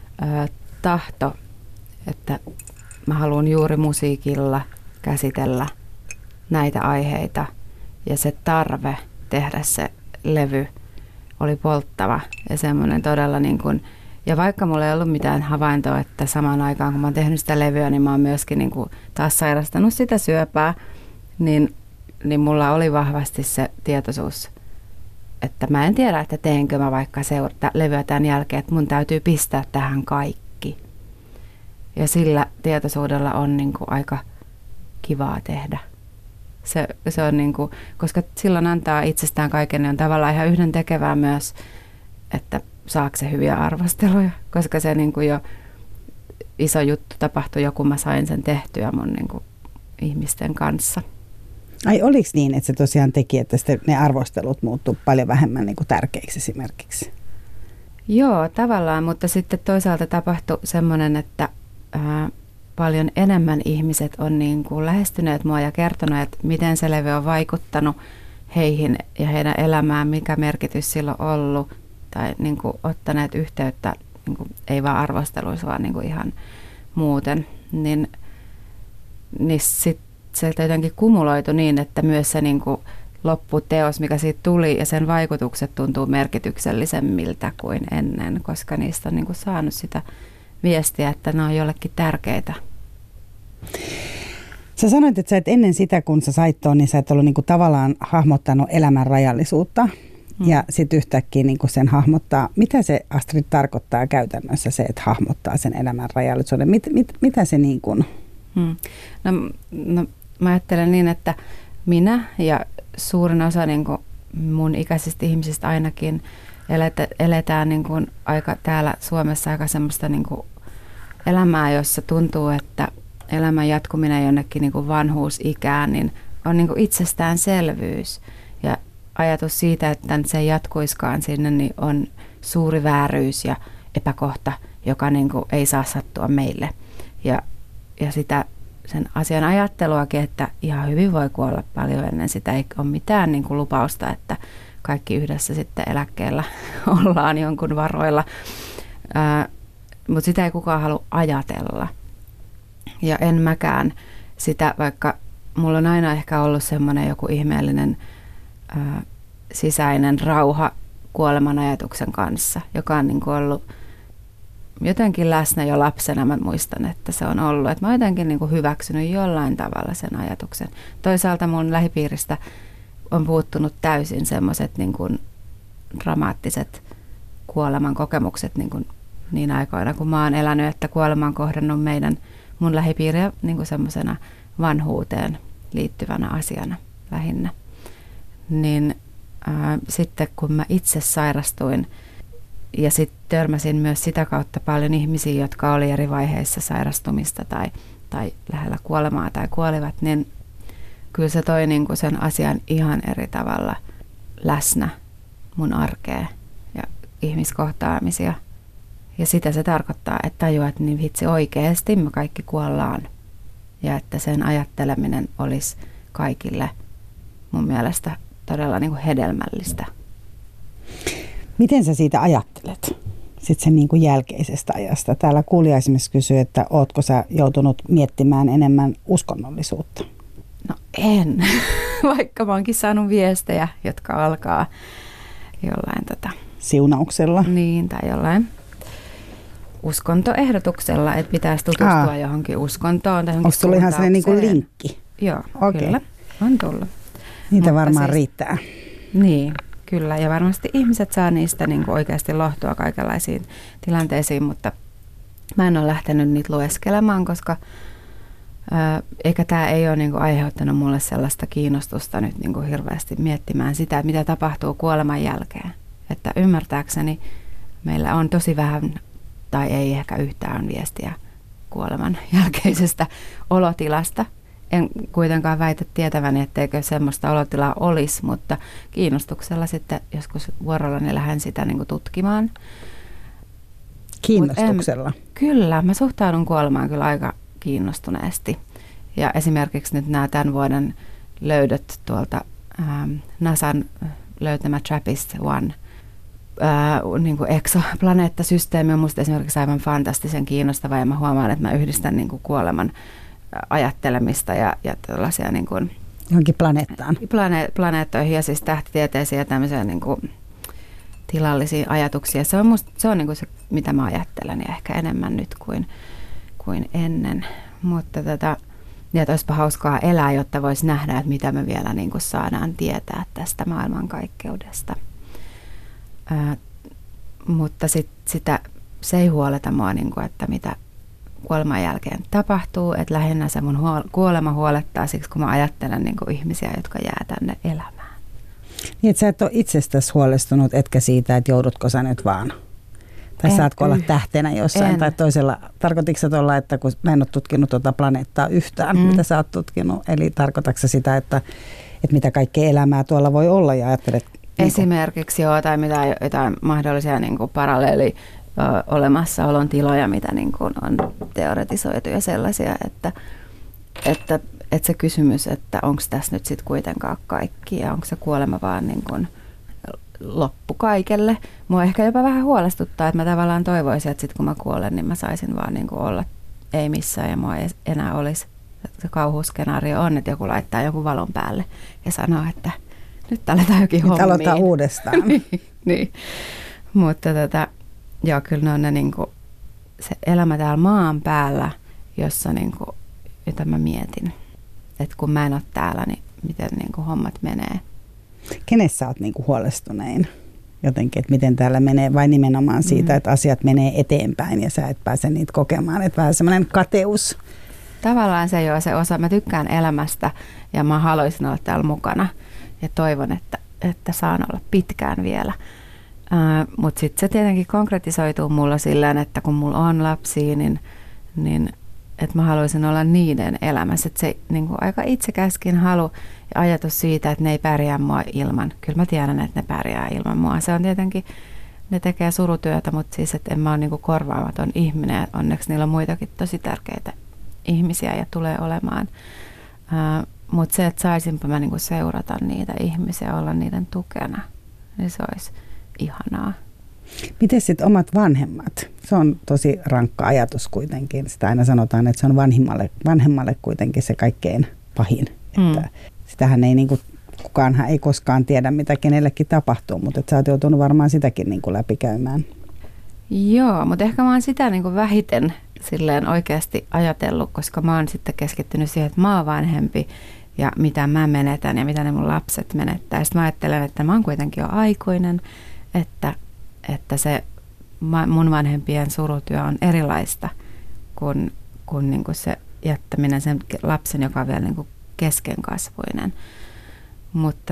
tahto, että mä haluan juuri musiikilla käsitellä näitä aiheita ja se tarve tehdä se levy oli polttava ja semmoinen todella niin kuin, ja vaikka mulla ei ollut mitään havaintoa, että samaan aikaan kun mä oon tehnyt sitä levyä, niin mä oon myöskin niin kuin taas sairastanut sitä syöpää, niin mulla oli vahvasti se tietoisuus, että mä en tiedä, että teenkö mä vaikka levyä tämän jälkeen, että mun täytyy pistää tähän kaikki. Ja sillä tietoisuudella on niin kuin aika kivaa tehdä. Se on niin kuin, koska silloin antaa itsestään kaiken, niin on tavallaan ihan yhdentekevää myös, että saako se hyviä arvosteluja, koska se niin kuin jo iso juttu tapahtui jo, kun mä sain sen tehtyä mun niin kuin ihmisten kanssa. Ai oliko niin, että se tosiaan teki, että ne arvostelut muuttuu paljon vähemmän niin kuin tärkeiksi esimerkiksi? Joo, tavallaan, mutta sitten toisaalta tapahtui semmoinen, että paljon enemmän ihmiset on niin kuin lähestyneet mua ja kertonut, että miten se levy on vaikuttanut heihin ja heidän elämään, mikä merkitys sillä on ollut, tai niin kuin ottaneet yhteyttä, niin kuin, ei vaan arvosteluissa, vaan niin kuin ihan muuten, niin sitten se jotenkin kumuloitu niin, että myös se niin kuin lopputeos, mikä siitä tuli, ja sen vaikutukset tuntuu merkityksellisemmiltä kuin ennen, koska niistä on niin kuin saanut sitä viestiä, että ne on jollekin tärkeitä. Sä sanoit, että sä et ennen sitä, kun sä sait ton, niin sä et ollut niin kuin tavallaan hahmottanut elämän rajallisuutta. Ja sitten yhtäkkiä niin kuin sen hahmottaa. Mitä se, Astrid, tarkoittaa käytännössä se, että hahmottaa sen elämän rajallisuuden? Mitä se niin kuin? No, mä ajattelen niin, että minä ja suurin osa niin kuin mun ikäisistä ihmisistä ainakin eletään niin kuin aika täällä Suomessa aika semmoista niin kuin elämää, jossa tuntuu, että elämän jatkuminen jonnekin niin kuin vanhuusikään niin on niin kuin itsestäänselvyys. Ja ajatus siitä, että se ei jatkuiskaan sinne, niin on suuri vääryys ja epäkohta, joka niin kuin ei saa sattua meille. Ja sitä sen asian ajatteluakin, että ihan hyvin voi kuolla paljon ennen sitä. Ei ole mitään niin kuin lupausta, että kaikki yhdessä sitten eläkkeellä ollaan jonkun varoilla. Mutta sitä ei kukaan halua ajatella. Ja en mäkään sitä, vaikka mulla on aina ehkä ollut semmoinen joku ihmeellinen sisäinen rauha kuoleman ajatuksen kanssa, joka on niin kuin ollut jotenkin läsnä jo lapsena. Mä muistan, että se on ollut. Että mä oon jotenkin niin kuin hyväksynyt jollain tavalla sen ajatuksen. Toisaalta mun lähipiiristä on puuttunut täysin semmoiset niin kuin dramaattiset kuoleman kokemukset niin aikoina, kun mä oon elänyt, että kuolema on kohdannut mun lähipiiriä niin kuin semmoisena vanhuuteen liittyvänä asiana lähinnä. Niin sitten kun mä itse sairastuin ja sitten törmäsin myös sitä kautta paljon ihmisiä, jotka oli eri vaiheissa sairastumista tai lähellä kuolemaa tai kuolivat, niin kyllä se toi niin kuin sen asian ihan eri tavalla läsnä mun arkeen ja ihmiskohtaamisia. Ja sitä se tarkoittaa, että tajuaa, että niin vitsi oikeasti me kaikki kuollaan. Ja että sen ajatteleminen olisi kaikille mun mielestä todella niin kuin hedelmällistä. Miten sä siitä ajattelet sitten sen niin kuin jälkeisestä ajasta? Täällä kuulija esimerkiksi kysyy, että ootko sä joutunut miettimään enemmän uskonnollisuutta? No en, vaikka mä oonkin saanut viestejä, jotka alkaa jollain siunauksella. Niin, tai jollain uskontoehdotuksella, että pitäisi tutustua johonkin uskontoon. Onko tullut ihan sellainen niin kuin linkki? Joo, kyllä. On tullut. Niitä varmaan riittää. Niin, kyllä. Ja varmasti ihmiset saa niistä niin kuin oikeasti lohtua kaikenlaisiin tilanteisiin, mutta mä en ole lähtenyt niitä lueskelemaan, koska eikä tämä ei ole niin kuin aiheuttanut mulle sellaista kiinnostusta nyt niin kuin hirveästi miettimään sitä, että mitä tapahtuu kuoleman jälkeen. Että ymmärtääkseni meillä on tosi vähän tai ei ehkä yhtään viestiä kuoleman jälkeisestä olotilasta. En kuitenkaan väitä tietäväni, etteikö semmoista olotilaa olisi, mutta kiinnostuksella sitten joskus vuorollani lähden sitä niin kuin tutkimaan. Kiinnostuksella? Kyllä, mä suhtaudun kuolemaan kyllä aika kiinnostuneesti. Ja esimerkiksi nyt nämä tämän vuoden löydöt tuolta NASAn löytämä TRAPPIST-1 niin kuin eksoplaneettasysteemi on musta esimerkiksi aivan fantastisen kiinnostava, ja mä huomaan, että mä yhdistän niin kuin kuoleman ajattelemista ja tällaisia niin kuin johonkin planeettaan. Planeettoihin ja siis tähtitieteisiin ja tämmöisiä niin kuin tilallisia ajatuksia. Se on niin kuin se, mitä mä ajattelen, ja ehkä enemmän nyt kuin ennen. Mutta ja olisipa hauskaa elää, jotta voisi nähdä, että mitä me vielä niin kuin saadaan tietää tästä maailmankaikkeudesta. Mutta se ei huoleta mua, niin kuin, että mitä kuoleman jälkeen tapahtuu. Että lähinnä se mun kuolema huolettaa siksi, kun mä ajattelen niin kuin ihmisiä, jotka jää tänne elämään. Niin, että sä et ole itsestäsi huolestunut, etkä siitä, että joudutko sä nyt vaan? Tai saatko olla tähtenä jossain? Tai toisella, tarkoititko sä tuolla, että kun mä en ole tutkinut tuota planeettaa yhtään, mitä sä oot tutkinut? Eli tarkoitatko sä sitä, että mitä kaikkea elämää tuolla voi olla ja ajattelet? Esimerkiksi joo, tai jotain mahdollisia niin kuin paralleeli olemassaolon tiloja, mitä niin kuin on teoretisoitu ja sellaisia, että se kysymys, että onko tässä nyt sitten kuitenkaan kaikki ja onko se kuolema vaan niin kuin loppu kaikelle. Mua ehkä jopa vähän huolestuttaa, että mä tavallaan toivoisin, että sitten kun mä kuolen, niin mä saisin vaan niin kuin olla ei missään ja mua ei enää olisi. Se kauhuskenaario on, että joku laittaa joku valon päälle ja sanoo, että nyt aletaan jokin hommia. Nyt aloittaa uudestaan. niin. Mutta joo, kyllä ne on ne niinku, se elämä täällä maan päällä, jossa niinku, jota mä mietin. Että kun mä en ole täällä, niin miten niinku hommat menee. Kenessä sä oot niinku huolestunein jotenkin, että miten täällä menee, vai nimenomaan siitä, että asiat menee eteenpäin ja sä et pääse niitä kokemaan, että vähän semmoinen kateus. Tavallaan se jo se osa, mä tykkään elämästä ja mä haluaisin olla täällä mukana ja toivon, että saan olla pitkään vielä. Mutta sitten se tietenkin konkretisoituu mulla silleen, että kun mulla on lapsia, niin että mä haluaisin olla niiden elämässä. Että se niin kuin aika itsekäskin halu ja ajatus siitä, että ne ei pärjää mua ilman. Kyllä mä tiedän, että ne pärjää ilman mua. Se on tietenkin, ne tekee surutyötä, mutta siis, että en mä ole niin kuin korvaamaton ihminen. Onneksi niillä on muitakin tosi tärkeitä ihmisiä ja tulee olemaan. Mutta se, että saisinpä mä niin kuin seurata niitä ihmisiä, olla niiden tukena, niin se olisi ihanaa. Miten sitten omat vanhemmat? Se on tosi rankka ajatus kuitenkin. Sitä aina sanotaan, että se on vanhemmalle kuitenkin se kaikkein pahin. Että sitähän ei niinku, kukaanhan ei koskaan tiedä, mitä kenellekin tapahtuu, mutta sä oot joutunut varmaan sitäkin niinku läpikäymään. Joo, mutta ehkä mä oon sitä niinku vähiten silleen oikeasti ajatellut, koska mä oon sitten keskittynyt siihen, että mä oon vanhempi ja mitä mä menetän ja mitä ne mun lapset menettää. Sitten mä ajattelen, että mä oon kuitenkin jo aikuinen, että se mun vanhempien surutyö on erilaista kuin niinku se jättäminen sen lapsen, joka on vielä niinku keskenkasvuinen. Mutta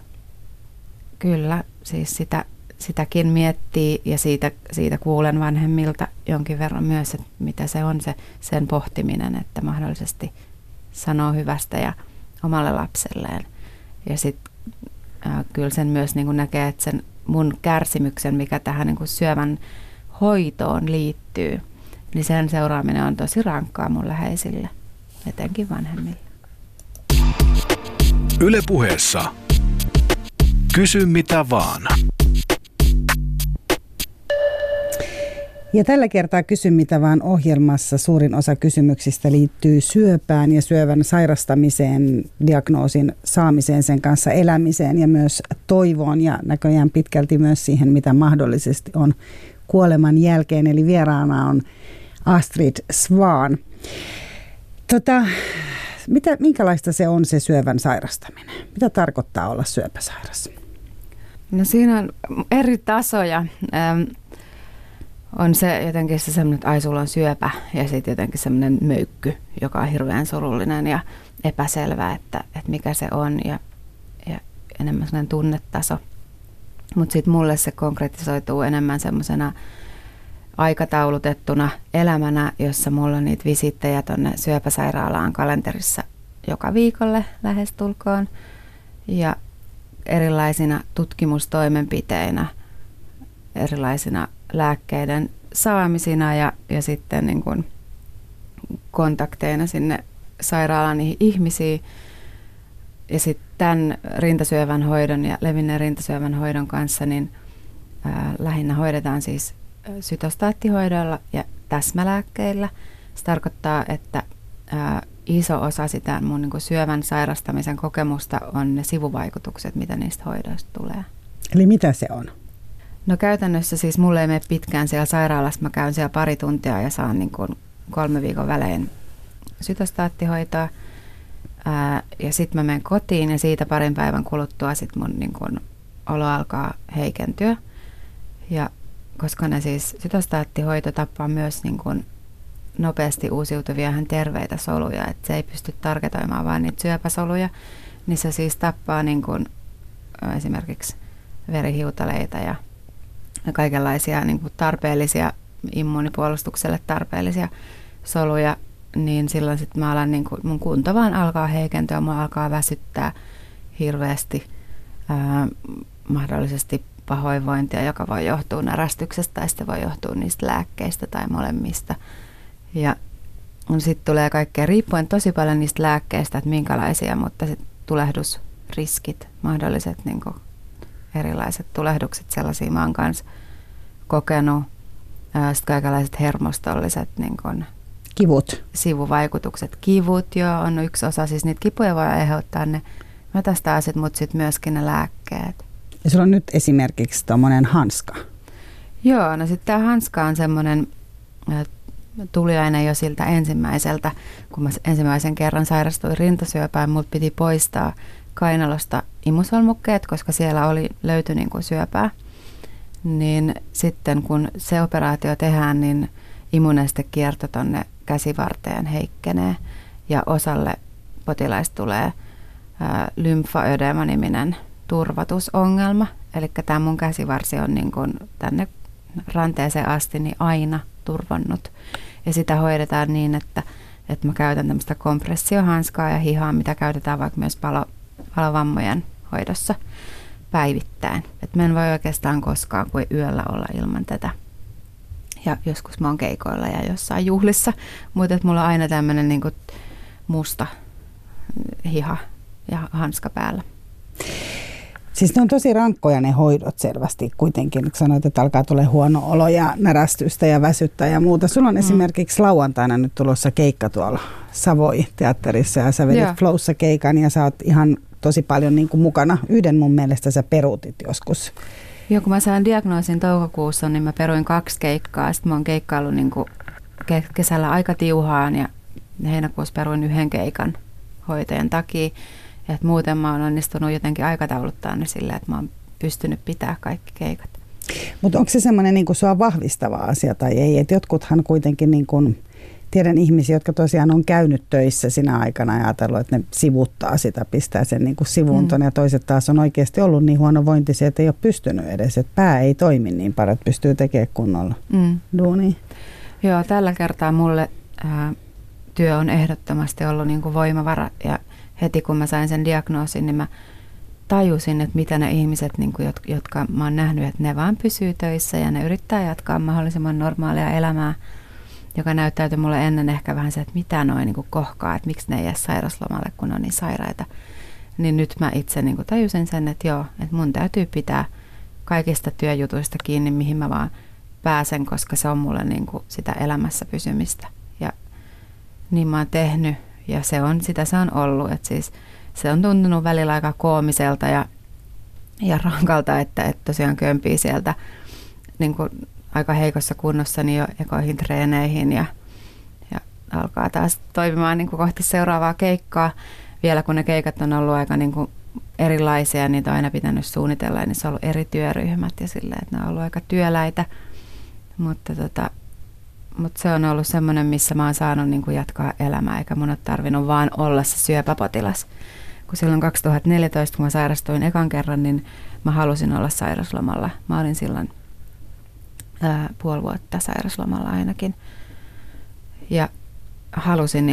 kyllä siis sitäkin miettii ja siitä kuulen vanhemmilta jonkin verran myös, että mitä se on sen pohtiminen, että mahdollisesti sanoo hyvästä ja omalle lapselleen. Ja sitten kyllä sen myös niin kuin näkee, että sen mun kärsimyksen, mikä tähän niin kuin syövän hoitoon liittyy, niin sen seuraaminen on tosi rankkaa mun läheisille, etenkin vanhemmille. Yle Puheessa. Kysy mitä vaan. Ja tällä kertaa Kysy mitä vaan -ohjelmassa suurin osa kysymyksistä liittyy syöpään ja syövän sairastamiseen, diagnoosin saamiseen, sen kanssa elämiseen ja myös toivoon ja näköjään pitkälti myös siihen, mitä mahdollisesti on kuoleman jälkeen. Eli vieraana on Astrid Svan. Minkälaista se on se syövän sairastaminen? Mitä tarkoittaa olla syöpäsairas? No siinä on eri tasoja. On se jotenkin se semmoinen, että ai sulla on syöpä ja sitten jotenkin semmoinen möykky, joka on hirveän surullinen ja epäselvä, että mikä se on ja enemmän semmoinen tunnetaso. Mutta sitten mulle se konkretisoituu enemmän semmoisena aikataulutettuna elämänä, jossa mulla on niitä visittejä tuonne syöpäsairaalaan kalenterissa joka viikolle lähestulkoon ja erilaisina tutkimustoimenpiteinä, erilaisina lääkkeiden saamisina ja sitten niin kuin kontakteina sinne sairaalaan niihin ihmisiin. Ja sitten tämän rintasyövän hoidon ja levinneen rintasyövän hoidon kanssa niin lähinnä hoidetaan siis sytostaattihoidoilla ja täsmälääkkeillä. Se tarkoittaa, että iso osa sitä mun niin kuin syövän sairastamisen kokemusta on ne sivuvaikutukset, mitä niistä hoidoista tulee. Eli mitä se on? No käytännössä siis mulle ei mene pitkään siellä sairaalassa. Mä käyn siellä pari tuntia ja saan niin kuin 3 viikon välein sytostaattihoitoa. Ja sitten mä menen kotiin ja siitä parin päivän kuluttua sit mun niin kuin olo alkaa heikentyä. Ja koska ne siis sytostaattihoito tappaa myös niin kuin nopeasti uusiutuvia ihan terveitä soluja, että se ei pysty targetoimaan vaan niitä syöpäsoluja, niin se siis tappaa niin kuin esimerkiksi verihiutaleita ja kaikenlaisia niin kuin tarpeellisia immuunipuolustukselle tarpeellisia soluja, niin silloin sitten mä alan niin kuin, mun kunto vaan alkaa heikentyä, mua alkaa väsyttää hirveästi, mahdollisesti pahoinvointia, joka voi johtua närästyksestä tai sitten voi johtua niistä lääkkeistä tai molemmista. Ja sitten tulee kaikkea riippuen tosi paljon niistä lääkkeistä, että minkälaisia, mutta sitten tulehdusriskit, mahdolliset niin kuin erilaiset tulehdukset, sellaisia mä oon kanssa kokenut. Sitten kaikenlaiset hermostolliset niin kuin kivut. Sivuvaikutukset. Kivut jo on yksi osa, siis niitä kipuja voi aiheuttaa ne Mä tästä asit mut sit myöskin ne lääkkeet. Ja sulla on nyt esimerkiksi tommonen hanska. Joo, no sitten tämä hanska on semmoinen, tuli aina jo siltä ensimmäiseltä, kun mä ensimmäisen kerran sairastuin rintasyöpään, mut piti poistaa kainalosta imusolmukkeet, koska siellä löytyi niin kuin syöpää. Niin sitten kun se operaatio tehdään, niin imunestekierto tonne käsivarteen heikkenee ja osalle potilaista tulee lymfaödema-niminen turvatusongelma. Eli tämä mun käsivarsi on niin kuin tänne ranteeseen asti niin aina turvannut. Ja sitä hoidetaan niin, että mä käytän tämmöistä kompressiohanskaa ja hihaa, mitä käytetään vaikka myös palovammojen hoidossa päivittäin. Et mä en voi oikeastaan koskaan kuin yöllä olla ilman tätä. Ja joskus mä oon keikoilla ja jossain juhlissa, mutta mulla on aina tämmöinen niinku musta hiha ja hanska päällä. Siis ne on tosi rankkoja ne hoidot selvästi kuitenkin. Sanoit, että alkaa tulla huono olo ja närästystä ja väsyttää ja muuta. Sulla on esimerkiksi lauantaina nyt tulossa keikka tuolla Savoi-teatterissa ja sä vedit Flowssa keikan ja sä oot ihan tosi paljon niin kuin mukana. Yhden mun mielestä sä peruutit joskus. Joo, kun mä sain diagnoosin toukokuussa, niin mä peruin 2 keikkaa. Sitten mä oon keikkaillut niin kuin kesällä aika tiuhaan ja heinäkuussa peruin 1 keikan hoitajan takia. Ja että muuten mä oon onnistunut jotenkin aikatauluttaa ne silleen, että mä oon pystynyt pitämään kaikki keikat. Mutta onko se semmoinen niin kuin sua vahvistava asia tai ei? Et jotkuthan kuitenkin, niin kuin, tiedän ihmisiä, jotka tosiaan on käynyt töissä sinä aikana ja ajatellut, että ne sivuttaa sitä, pistää sen niin kuin sivuunton. Ja toiset taas on oikeasti ollut niin huonovointisia, että ei ole pystynyt edes. Että pää ei toimi niin paljon, että pystyy tekemään kunnolla duunia. Joo, tällä kertaa mulle työ on ehdottomasti ollut niin kuin voimavara ja heti kun mä sain sen diagnoosin, niin mä tajusin, että mitä ne ihmiset, niin kuin, jotka mä oon nähnyt, että ne vaan pysyy töissä ja ne yrittää jatkaa mahdollisimman normaalia elämää, joka näyttäytyi mulle ennen ehkä vähän se, että mitä noin niin kuin kohkaa, että miksi ne ei jää sairaslomalle, kun ne on niin sairaita. Niin nyt mä itse niin kuin tajusin sen, että joo, että mun täytyy pitää kaikista työjutuista kiinni, mihin mä vaan pääsen, koska se on mulle niin kuin sitä elämässä pysymistä. Ja niin mä oon tehnyt. Ja sitä se on ollut, että siis se on tuntunut välillä aika koomiselta ja rankalta, että tosiaan kömpii sieltä niin kuin aika heikossa kunnossa niin jo ekoihin treeneihin ja alkaa taas toimimaan niin kuin kohti seuraavaa keikkaa. Vielä kun ne keikat on ollut aika niin kuin erilaisia, niitä on aina pitänyt suunnitella ja niissä on ollut eri työryhmät ja silleen, että ne on ollut aika työläitä, mutta se on ollut semmoinen, missä mä oon saanut niin kuin jatkaa elämää, eikä mun ole tarvinnut vaan olla se syöpäpotilas. Kun silloin 2014, kun mä sairastuin ekan kerran, niin mä halusin olla sairaslomalla. Mä olin silloin 5 vuotta sairaslomalla ainakin. Ja halusin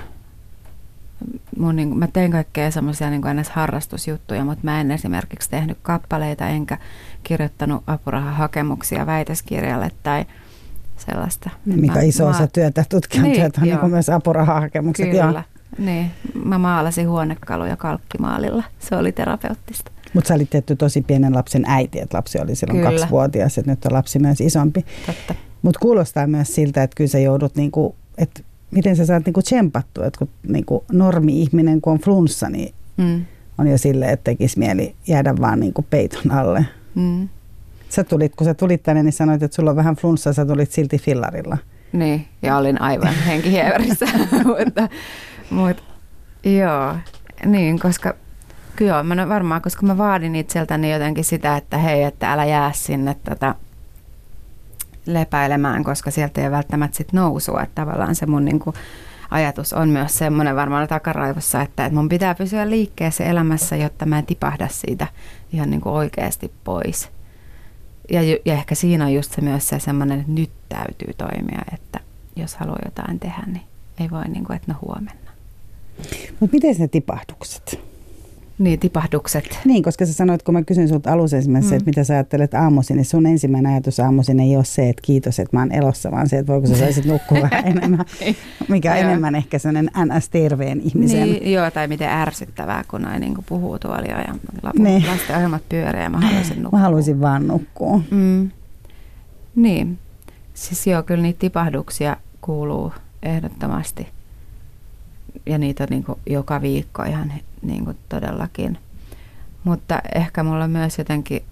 mä tein kaikkea semmoisia niin kuin harrastusjuttuja, mutta mä en esimerkiksi tehnyt kappaleita enkä kirjoittanut apurahahakemuksia väitöskirjalle tai sellaista. Mikä iso osa työtä, tutkijan työtä on niin kuin myös apurahahakemukset. Kyllä, niin. Mä maalasin huonekaluja kalkkimaalilla. Se oli terapeuttista. Mutta sä olit tietty tosi pienen lapsen äiti, että lapsi oli silloin 2-vuotias, että nyt on lapsi myös isompi. Totta. Mutta kuulostaa myös siltä, että kyllä sä joudut, niinku, että miten sä saat niinku tsempattua, että kun niinku normi-ihminen, kun on flunssa, niin on jo silleen, että tekisi mieli jäädä vaan niinku peiton alle. Kun sä tulit tänne, niin sanoit, että sulla on vähän flunssaa, sä tulit silti fillarilla. Niin, ja olin aivan henkihieverissä. mutta joo, niin, koska kyllä mä varmaan, koska mä vaadin itseltäni jotenkin sitä, että hei, että älä jää sinne lepäilemään, koska sieltä ei ole välttämättä sit nousua. Että tavallaan se mun niinku ajatus on myös semmoinen varmaan takaraivossa, että mun pitää pysyä liikkeessä elämässä, jotta mä en tipahda siitä ihan niinku oikeasti pois. Ja ehkä siinä on just se myös se semmoinen, että nyt täytyy toimia, että jos haluaa jotain tehdä, niin ei voi niin kuin, että no huomenna. Mutta miten ne tipahdukset? Niin, tipahdukset. Niin, koska sä sanoit, kun mä kysyin sulta alussa esimerkiksi, että mitä sä ajattelet aamuisin, niin sun ensimmäinen ajatus aamuisin ei ole se, että kiitos, että mä oon elossa, vaan se, että voiko sä saisit nukkua vähän enemmän, mikä on enemmän ehkä sellainen NS-terveen ihmisen. Niin, joo, tai miten ärsyttävää, kun noin niin puhuu tuolla ja lasten ohjelmat pyörii ja mä haluaisin nukkua. Mä haluaisin vaan nukkua. Niin, siis joo, kyllä niitä tipahduksia kuuluu ehdottomasti. ja niitä niin kuin joka viikko ihan niin kuin todellakin. Mutta ehkä mulla on myös jotenkin,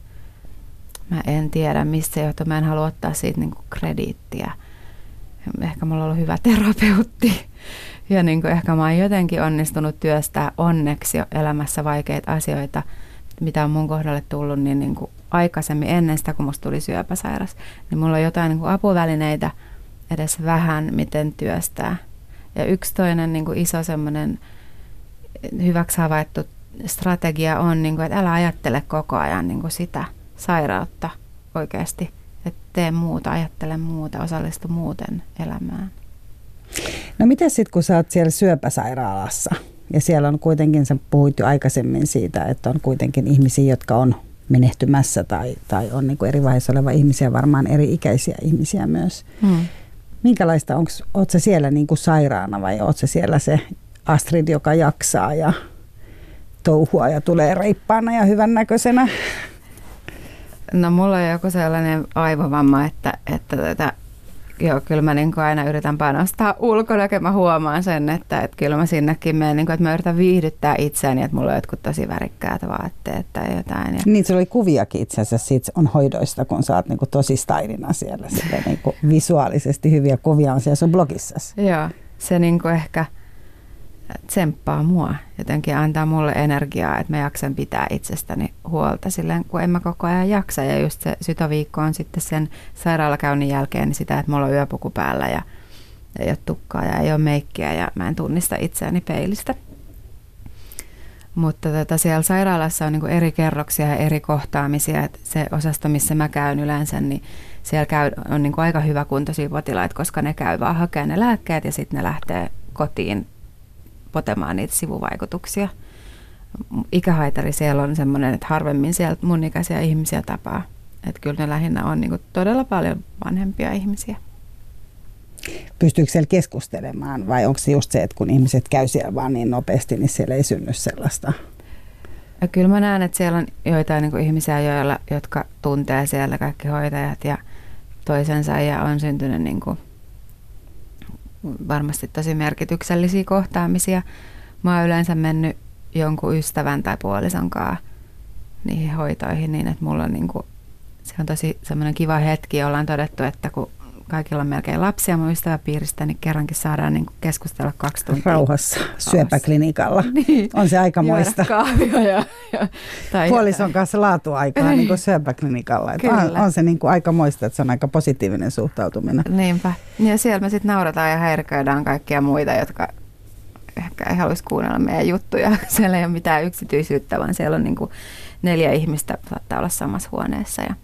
mä en tiedä mistä se johtuu, mä en halua ottaa siitä niin kuin krediittiä. Ehkä mulla on ollut hyvä terapeutti ja niin kuin ehkä mä oon jotenkin onnistunut työstää onneksi jo elämässä vaikeita asioita, mitä on mun kohdalle tullut niin kuin aikaisemmin ennen sitä, kun musta tuli syöpäsairas. Niin mulla on jotain niin kuin apuvälineitä edes vähän, miten työstää. Ja yksi toinen niin kuin iso semmoinen hyväksi havaittu strategia on, niin kuin, että älä ajattele koko ajan niin kuin sitä sairautta oikeasti. Että tee muuta, ajattele muuta, osallistu muuten elämään. No miten sitten, kun sä oot siellä syöpäsairaalassa ja siellä on kuitenkin, sä puhuit jo aikaisemmin siitä, että on kuitenkin ihmisiä, jotka on menehtymässä tai on niin kuin eri vaiheessa oleva ihmisiä, varmaan eri ikäisiä ihmisiä myös. Minkälaista, oot sä siellä niin kuin sairaana vai oot sä siellä se Astrid, joka jaksaa ja touhua ja tulee reippaana ja hyvännäköisenä? No mulla on joku sellainen aivovamma, että joo, kyllä mä niin aina yritän panostaa ulkona, ja mä huomaan sen, että kyllä mä sinnekin menen, niin kuin, että mä yritän viihdyttää itseäni, että mulla on jotkut tosi värikkäät vaatteet tai jotain. Ja niin, se oli kuviakin itse asiassa siitä on hoidoista, kun sä oot niin kuin tosi stylina siellä. Niin kuin visuaalisesti hyviä kuvia on siellä sun blogissasi. Joo, se niin kuin ehkä tsemppaa mua, jotenkin antaa mulle energiaa, että mä jaksan pitää itsestäni huolta silleen, kun en mä koko ajan jaksa. Ja just se sytoviikko on sitten sen sairaalakäynnin jälkeen niin sitä, että mulla on yöpuku päällä ja ei ole tukkaa ja ei ole meikkiä ja mä en tunnista itseäni peilistä. Mutta siellä sairaalassa on niin kuin eri kerroksia ja eri kohtaamisia. Että se osasto, missä mä käyn yleensä, niin siellä on niin kuin aika hyväkuntoisia potilaita, koska ne käy vaan hakemaan ne lääkkeet ja sitten ne lähtee kotiin potemaan niitä sivuvaikutuksia. Ikähaitari siellä on semmoinen, että harvemmin sieltä mun ikäisiä ihmisiä tapaa. Että kyllä ne lähinnä on niinku todella paljon vanhempia ihmisiä. Pystyykö siellä keskustelemaan vai onko se just se, että kun ihmiset käy siellä vaan niin nopeasti, niin siellä ei synny sellaista? Ja kyllä mä näen, että siellä on joitain niinku ihmisiä, jotka tuntee siellä kaikki hoitajat ja toisensa ja on syntynyt niinku varmasti tosi merkityksellisiä kohtaamisia. Mä oon yleensä mennyt jonkun ystävän tai puolison kanssa niihin hoitoihin niin, että mulla on niinku, se on tosi semmoinen kiva hetki. Ollaan todettu, että kun kaikilla on melkein lapsia mun ystäväpiiristä, niin kerrankin saadaan niinku keskustella 2 tuntia. Rauhassa syöpäklinikalla. Niin. On se aikamoista. Tai puolison kanssa laatuaikaa niin kuin syöpäklinikalla. On se niin kuin aikamoista, että se on aika positiivinen suhtautuminen. Niinpä. Ja siellä me sitten naurataan ja häiriköidään kaikkia muita, jotka ehkä ei haluaisi kuunnella meidän juttuja. Siellä ei ole mitään yksityisyyttä, vaan siellä on niin kuin 4 ihmistä saattaa olla samassa huoneessa. Ja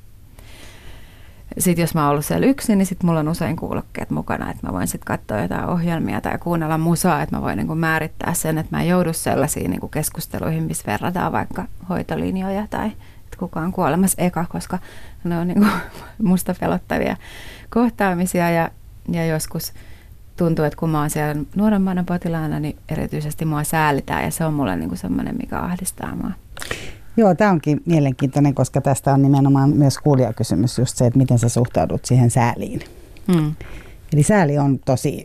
sitten jos mä oon ollut siellä yksin, niin sitten mulla on usein kuulokkeet mukana, että mä voin sitten katsoa jotain ohjelmia tai kuunnella musaa, että mä voin niin kuin määrittää sen, että mä en joudu sellaisiin niin kuin keskusteluihin, missä verrataan vaikka hoitolinjoja tai että kuka on kuolemassa eka, koska ne on niin kuin musta pelottavia kohtaamisia ja joskus tuntuu, että kun mä oon siellä nuoremmana potilaana, niin erityisesti mua säälitään ja se on mulle niin kuin semmoinen, mikä ahdistaa mua. Joo, tämä onkin mielenkiintoinen, koska tästä on nimenomaan myös kuulijakysymys just se, että miten sä suhtaudut siihen sääliin. Eli sääli on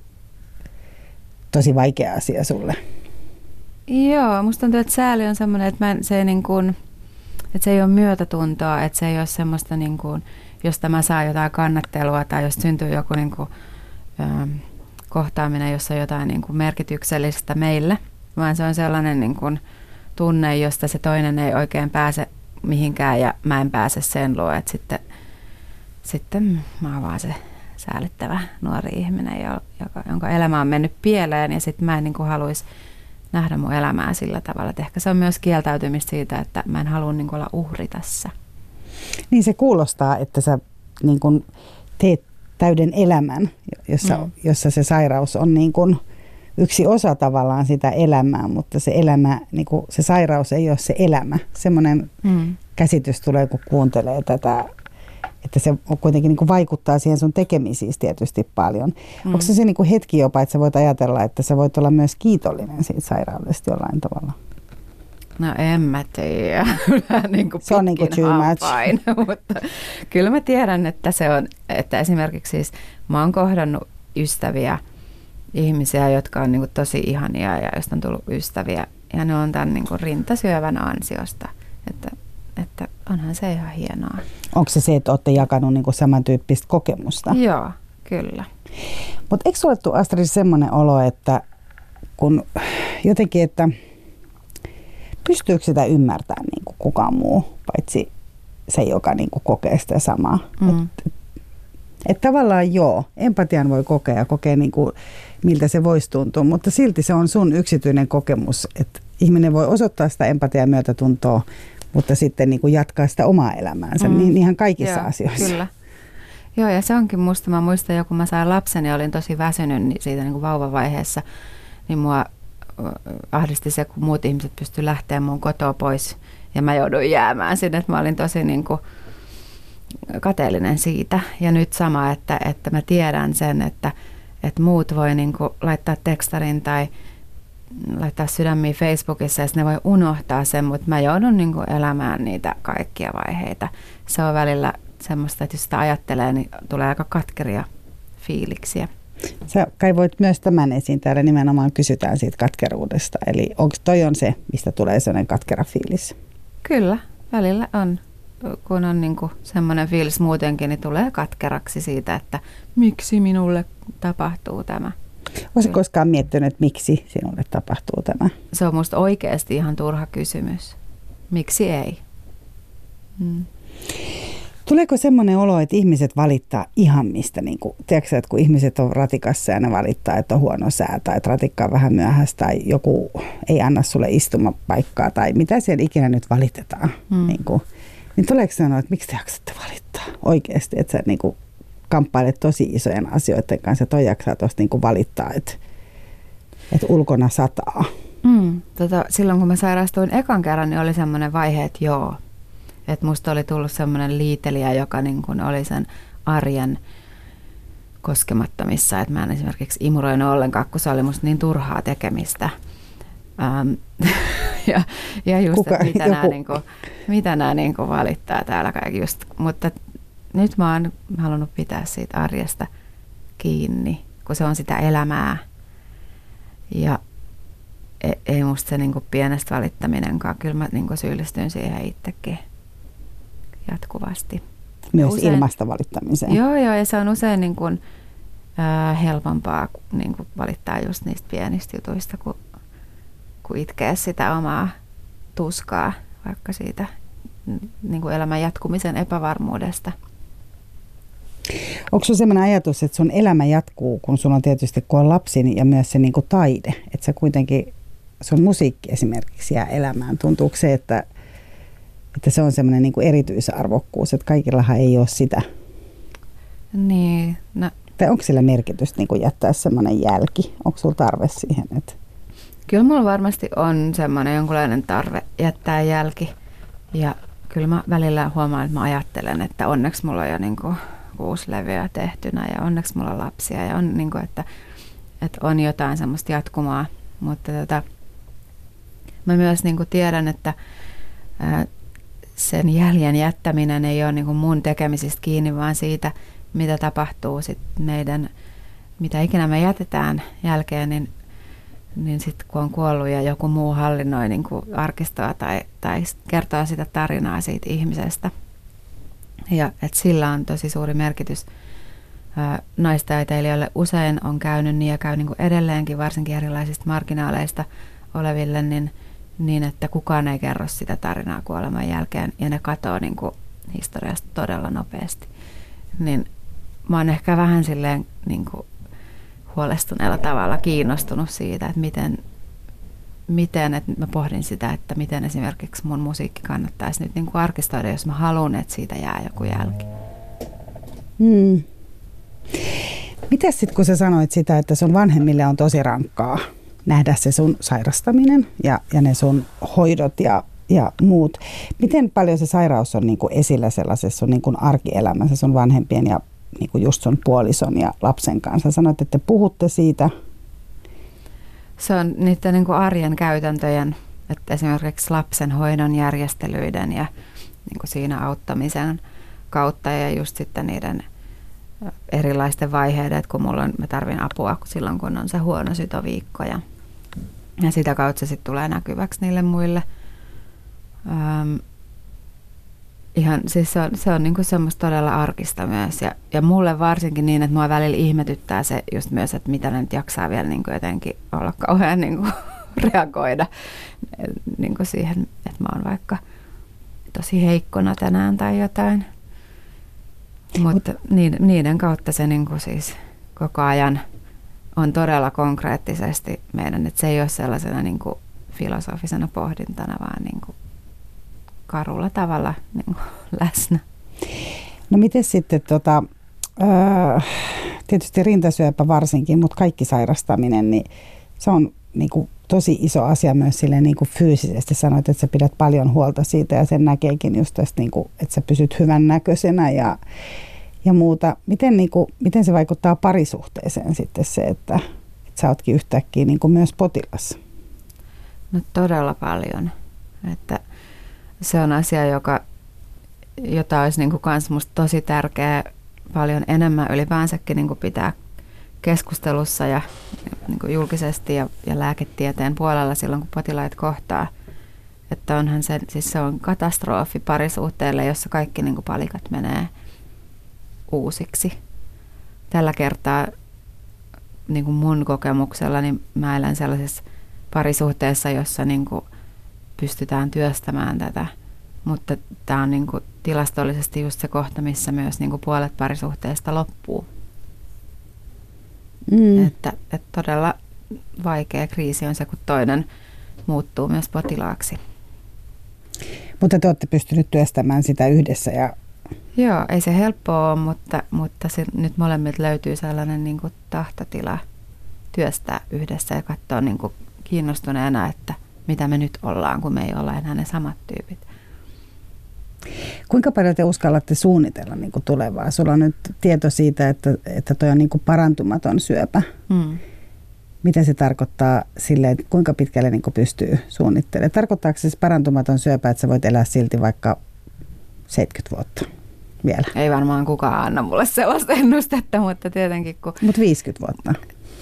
tosi vaikea asia sulle. Joo, musta tuntuu, että sääli on semmoinen, että se ei ole myötätuntoa, että se ei ole semmoista, niin kuin, jos tämä saa jotain kannattelua tai jos syntyy joku niin kuin, kohtaaminen, jossa on jotain niin kuin merkityksellistä meille, vaan se on sellainen niin kuin tunne, josta se toinen ei oikein pääse mihinkään ja mä en pääse sen luo, että sitten mä oon vaan se säälittävä nuori ihminen, jonka elämä on mennyt pieleen ja sitten mä en niin kuin haluaisi nähdä mun elämää sillä tavalla, että ehkä se on myös kieltäytymistä siitä, että mä en halua niin kuin olla uhri tässä. Niin se kuulostaa, että sä niin kuin teet täyden elämän, jossa se sairaus on niin kuin yksi osa tavallaan sitä elämää, mutta se elämä, niin kuin se sairaus ei ole se elämä. Semmoinen käsitys tulee, kun kuuntelee tätä, että se kuitenkin niin kuin vaikuttaa siihen sun tekemisiin tietysti paljon. Onko se niin kuin hetki jopa, että sä voit ajatella, että sä voit olla myös kiitollinen siitä sairaudesta jollain tavalla? No en mä tiedä. Niin kuin se on niin kuin too much. Mutta kyllä mä tiedän, että se on, että esimerkiksi siis mä oon kohdannut ystäviä, ihmisiä, jotka on niin kuin tosi ihania ja joista on tullut ystäviä. Ja ne on tämän niin kuin rintasyövän ansiosta. Että onhan se ihan hienoa. Onko se, että olette jakanut niin kuin samantyyppistä kokemusta? Joo, kyllä. Mutta eikö sulle tule, Astrid, semmoinen olo, että kun jotenkin, että pystyykö sitä ymmärtämään niin kuin kukaan muu, paitsi se, joka niin kuin kokee sitä samaa? Että tavallaan joo, empatian voi kokea ja kokea niin kuin, miltä se voisi tuntua, mutta silti se on sun yksityinen kokemus, että ihminen voi osoittaa sitä empatiaa ja myötätuntoa, mutta sitten niin kuin jatkaa sitä omaa elämäänsä, niin ihan kaikissa asioissa. Kyllä. Joo, ja se onkin musta, mä muistan jo, kun mä sain lapsen ja olin tosi väsynyt siitä niin kuin vauvavaiheessa, niin mua ahdisti se, kun muut ihmiset pystyivät lähteä mun kotoa pois ja mä jouduin jäämään sinne, että mä olin tosi niin kuin kateellinen siitä. Ja nyt sama, että mä tiedän sen, että muut voi niin kuin laittaa tekstarin tai laittaa sydämiä Facebookissa ja ne voi unohtaa sen, mutta mä joudun niin kuin elämään niitä kaikkia vaiheita. Se on välillä semmoista, että jos sitä ajattelee, niin tulee aika katkeria fiiliksiä. Sä kai voit myös tämän esiin. Täällä nimenomaan kysytään siitä katkeruudesta. Eli onko toi on se, mistä tulee sellainen katkera fiilis? Kyllä, välillä on. Kun on niin kuin semmoinen fiilis muutenkin, niin tulee katkeraksi siitä, että miksi minulle tapahtuu tämä. Oletko koskaan miettinyt, että miksi sinulle tapahtuu tämä? Se on musta oikeasti ihan turha kysymys. Miksi ei? Tuleeko semmoinen olo, että ihmiset valittaa ihan mistä? Niin kuin, tiedätkö, että kun ihmiset on ratikassa ja ne valittaa, että on huono sää tai että ratikka on vähän myöhäistä tai joku ei anna sulle istumapaikkaa tai mitä siellä ikinä nyt valitetaan. Niin tuleeko sanoa, että miksi te jaksatte valittaa oikeasti, että sä niin kuin kamppailet tosi isojen asioiden kanssa ja toi jaksaa tuosta niin kuin valittaa, että ulkona sataa. Silloin kun mä sairastuin ekan kerran, niin oli semmoinen vaihe, että joo. Että musta oli tullut semmoinen liitelijä, joka niin kuin oli sen arjen koskemattomissa. Että mä en esimerkiksi imuroinut ollenkaan, kun se oli musta niin turhaa tekemistä. Ja just, että mitä nämä niin kuin valittaa täällä kaikki just. Mutta nyt mä oon halunnut pitää siitä arjesta kiinni, kun se on sitä elämää. Ja ei musta se niin kuin pienestä valittaminenkaan. Kyllä mä niin kuin syyllistyn siihen itsekin jatkuvasti. Myös usein, ilmasta valittamiseen. Joo, ja se on usein niin kuin, helpompaa niin kuin valittaa just niistä pienistä jutuista, kun itkee sitä omaa tuskaa, vaikka siitä niin kuin elämän jatkumisen epävarmuudesta. Onko sinulla sellainen ajatus, että sun elämä jatkuu, kun sulla on tietysti kun on lapsi ja myös se niin kuin taide, että sä kuitenkin, sun musiikki esimerkiksi jää elämään. Tuntuuko se, että se on semmoinen niin kuin erityisarvokkuus, että kaikillahan ei ole sitä? Niin. No. Tai onko sillä merkitystä niin kuin jättää semmoinen jälki? Onko sulla tarve siihen? Että... Kyllä mulla varmasti on semmoinen jonkunlainen tarve jättää jälki. Ja kyllä mä välillä huomaan, että mä ajattelen, että onneksi mulla on jo niin kuin 6 levyä tehtynä ja onneksi mulla on lapsia ja on, niin kuin, että on jotain semmoista jatkumaa. Mutta mä myös niin kuin tiedän, että sen jäljen jättäminen ei ole niin kuin mun tekemisistä kiinni, vaan siitä, mitä tapahtuu sit meidän, mitä ikinä me jätetään jälkeen, niin sitten kun on kuollut ja joku muu hallinnoi niin kuin arkistoa tai kertoo sitä tarinaa siitä ihmisestä. Ja että sillä on tosi suuri merkitys naistaiteilijoille. Usein on käynyt niin ja käy niin kuin edelleenkin, varsinkin erilaisista marginaaleista oleville, niin että kukaan ei kerro sitä tarinaa kuoleman jälkeen ja ne katoo niin kuin historiasta todella nopeasti. Niin mä oon ehkä vähän silleen niin kuin huolestuneella tavalla kiinnostunut siitä, että miten että mä pohdin sitä, että miten esimerkiksi mun musiikki kannattaisi nyt niin kuin arkistoida, jos mä haluan, että siitä jää joku jälki. Mitäs sitten, kun sä sanoit sitä, että sun vanhemmille on tosi rankkaa nähdä se sun sairastaminen ja ne sun hoidot ja muut. Miten paljon se sairaus on niin kuin esillä sellaisessa sun niin kuin arkielämässä sun vanhempien ja niin kuin just sun puolison ja lapsen kanssa? Sanoit, että te puhutte siitä. Se on niiden niin kuin arjen käytäntöjen, että esimerkiksi lapsen hoidon järjestelyiden ja niin kuin siinä auttamisen kautta ja just sitten niiden erilaisten vaiheiden, että kun mä tarvin apua silloin, kun on se huono sytoviikko ja sitä kautta se sitten tulee näkyväksi niille muille. Ihan, siis se on niinku semmoista todella arkista myös ja mulle varsinkin niin, että mua välillä ihmetyttää se just myös, että mitä ne nyt jaksaa vielä niinku jotenkin olla kauhean niinku reagoida niinku siihen, että mä oon vaikka tosi heikkona tänään tai jotain. Mutta niiden kautta se niinku siis koko ajan on todella konkreettisesti meidän, että se ei ole sellaisena niinku filosofisena pohdintana, vaan niinku karulla tavalla niinku läsnä. No miten sitten, tietysti rintasyöpä varsinkin, mutta kaikki sairastaminen, niin se on niinku tosi iso asia myös silleen niinku fyysisesti. Sanoit, että sä pidät paljon huolta siitä ja sen näkeekin just tästä, niinku, että sä pysyt hyvän näköisenä ja muuta. Miten se vaikuttaa parisuhteeseen sitten se, että sä ootkin yhtäkkiä niinku myös potilas? No todella paljon. Että se on asia, jota olisi niinku kans musta tosi tärkeää paljon enemmän ylipäänsäkin niinku pitää keskustelussa ja niinku julkisesti ja lääketieteen puolella silloin, kun potilaat kohtaa. Että onhan se, siis se on katastrofi parisuhteelle, jossa kaikki niinku palikat menee uusiksi. Tällä kertaa niin kuin mun kokemuksella niin mä elän sellaisessa parisuhteessa, jossa niin kuin pystytään työstämään tätä, mutta tämä on niin kuin tilastollisesti just se kohta, missä myös niin kuin puolet parisuhteesta loppuu. Että todella vaikea kriisi on se, kun toinen muuttuu myös potilaaksi. Mutta te olette pystyneet työstämään sitä yhdessä ja joo, ei se helppoa ole, mutta nyt molemmilta löytyy sellainen niin kuin tahtotila työstää yhdessä ja katsoa niin kuin kiinnostuneena, että mitä me nyt ollaan, kun me ei olla enää ne samat tyypit. Kuinka paljon te uskallatte suunnitella niin kuin tulevaa? Sulla on nyt tieto siitä, että toi on niin kuin parantumaton syöpä. Mitä se tarkoittaa silleen, että kuinka pitkälle niin kuin pystyy suunnittelemaan? Tarkoittaako se parantumaton syöpä, että sä voit elää silti vaikka 70 vuotta? Vielä. Ei varmaan kukaan anna mulle sellaista ennustetta, mutta tietenkin kun... Mutta 50 vuotta.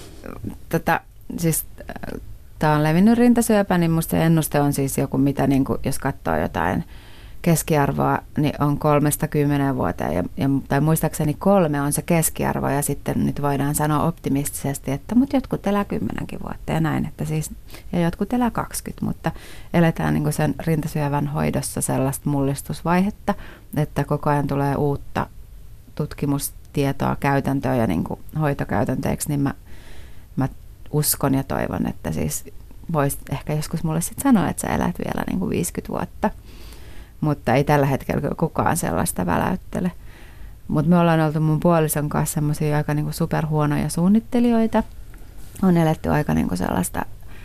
Tämä on levinnyt rintasyöpä, niin musta se ennuste on siis joku, mitä niin kuin, jos katsoo jotain keskiarvoa, niin on 3-10 vuoteen. Tai muistaakseni 3 on se keskiarvo ja sitten nyt voidaan sanoa optimistisesti, että mutta jotkut elää 10 vuotta ja näin. Että siis, ja jotkut elää 20, mutta eletään niin kuin sen rintasyövän hoidossa sellaista mullistusvaihetta, että koko ajan tulee uutta tutkimustietoa, käytäntöä ja niin kuin hoitokäytänteeksi, niin mä uskon ja toivon, että siis voisi ehkä joskus mulle sitten sanoa, että sä elät vielä niin kuin 50 vuotta. Mutta ei tällä hetkellä kukaan sellaista väläyttele. Mutta me ollaan oltu mun puolison kanssa semmoisia aika niinku superhuonoja suunnittelijoita. On eletty aika niinku sellaista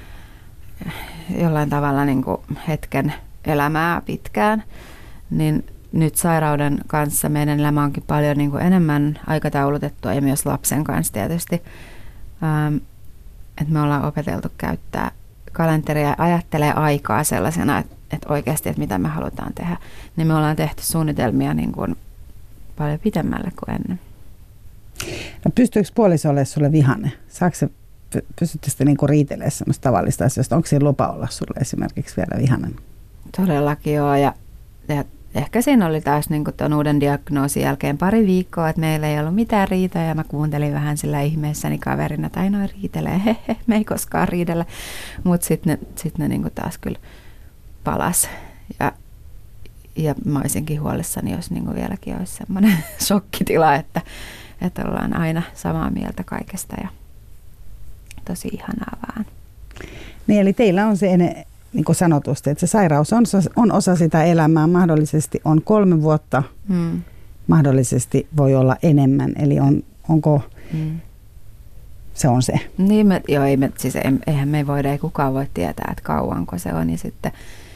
jollain tavalla niinku hetken elämää pitkään. Niin nyt sairauden kanssa meidän elämä onkin paljon niinku enemmän aikataulutettua ja myös lapsen kanssa tietysti. Et me ollaan opeteltu käyttää kalenteria ja ajattelee aikaa sellaisena, että oikeasti, että mitä me halutaan tehdä, niin me ollaan tehty suunnitelmia niin kuin paljon pitemmälle kuin ennen. No pystyykö puoliso olemaan sulle vihainen? Pystytte sitten niin kuin riitelemään semmoista tavallista asioista? Onko siinä lupa olla sulle esimerkiksi vielä vihainen? Todellakin joo, ja ehkä siinä oli taas niin kuin tuon uuden diagnoosin jälkeen pari viikkoa, että meillä ei ollut mitään riitoja, ja mä kuuntelin vähän sillä ihmeessäni kaverina, tai noin riitelee, me ei koskaan riidellä, mutta sitten ne niin kuin taas kyllä palas. Ja mä olisinkin huolissani, jos niin kuin vieläkin olisi semmoinen shokkitila, että ollaan aina samaa mieltä kaikesta ja tosi ihanaa vaan. Niin, eli teillä on se, niin kuin sanotusti, että se sairaus on osa sitä elämää. Mahdollisesti on 3 vuotta, mahdollisesti voi olla enemmän. Eli onko se on se? Niin, eihän me ei kukaan voi tietää, että kauanko se on. Ja sitten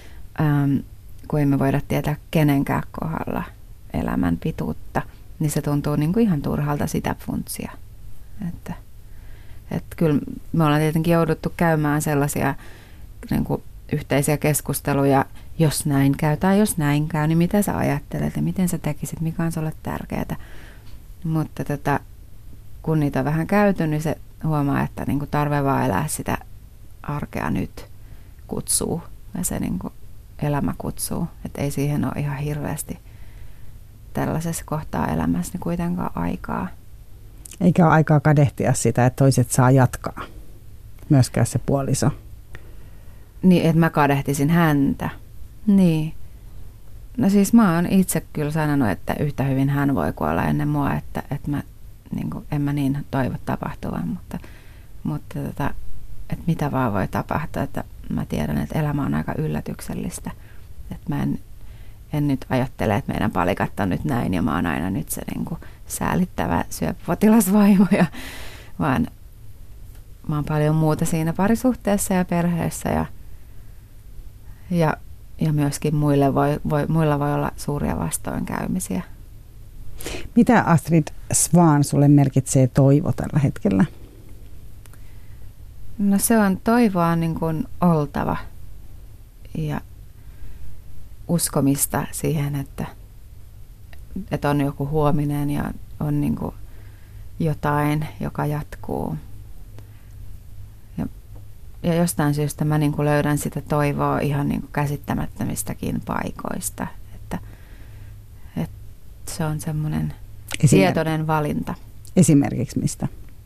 kun emme voida tietää kenenkään kohdalla elämän pituutta, niin se tuntuu niin kuin ihan turhalta sitä funtsia. Että kyllä me ollaan tietenkin jouduttu käymään sellaisia niin kuin yhteisiä keskusteluja, jos näin käy tai jos näin käy, niin mitä sä ajattelet ja miten sä tekisit, mikä on sulle tärkeää. Mutta kun niitä on vähän käyty, niin se huomaa, että niin kuin tarve vaan elää sitä arkea nyt kutsuu ja se niin kuin elämä kutsuu. Että ei siihen ole ihan hirveästi tällaisessa kohtaa elämässä niin kuitenkaan aikaa. Eikä ole aikaa kadehtia sitä, että toiset saa jatkaa. Myöskään se puoliso. Niin, että mä kadehtisin häntä. Niin. No siis mä oon itse kyllä sanonut, että yhtä hyvin hän voi kuolla ennen mua, että mä, niin kuin, en mä niin toivo tapahtuvan, mutta että mitä vaan voi tapahtua, että mä tiedän, että elämä on aika yllätyksellistä, että mä en nyt ajattele, että meidän palikat on nyt näin ja mä oon aina nyt se niin kuin säälittävä syöpäpotilasvaimo, vaan mä oon paljon muuta siinä parisuhteessa ja perheessä ja myöskin muilla voi olla suuria vastoinkäymisiä. Mitä Astrid Svahn sulle merkitsee toivo tällä hetkellä? No se on toivoa niin kuin oltava ja uskomista siihen, että on joku huominen ja on niin kuin jotain, joka jatkuu. Ja jostain syystä mä niin kuin löydän sitä toivoa ihan niin kuin käsittämättömistäkin paikoista, että se on semmoinen tietoinen valinta. Esimerkiksi mistä?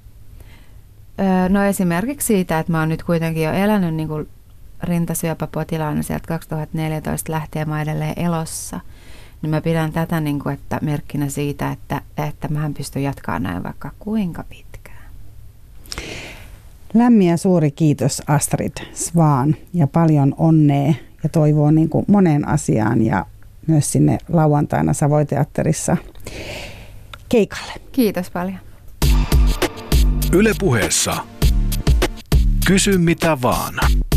No esimerkiksi siitä, että mä oon nyt kuitenkin jo elänyt niin kuin rintasyöpäpotilaana sieltä 2014 lähtien mä edelleen elossa. Niin mä pidän tätä niin kuin, että merkkinä siitä, että mähän pystyn jatkamaan näin vaikka kuinka pitkään. Lämmin ja suuri kiitos Astrid Svahn ja paljon onnea ja toivoa niin kuin moneen asiaan ja myös sinne lauantaina Savoiteatterissa keikalle. Kiitos paljon. Yle Puheessa. Kysy mitä vaan.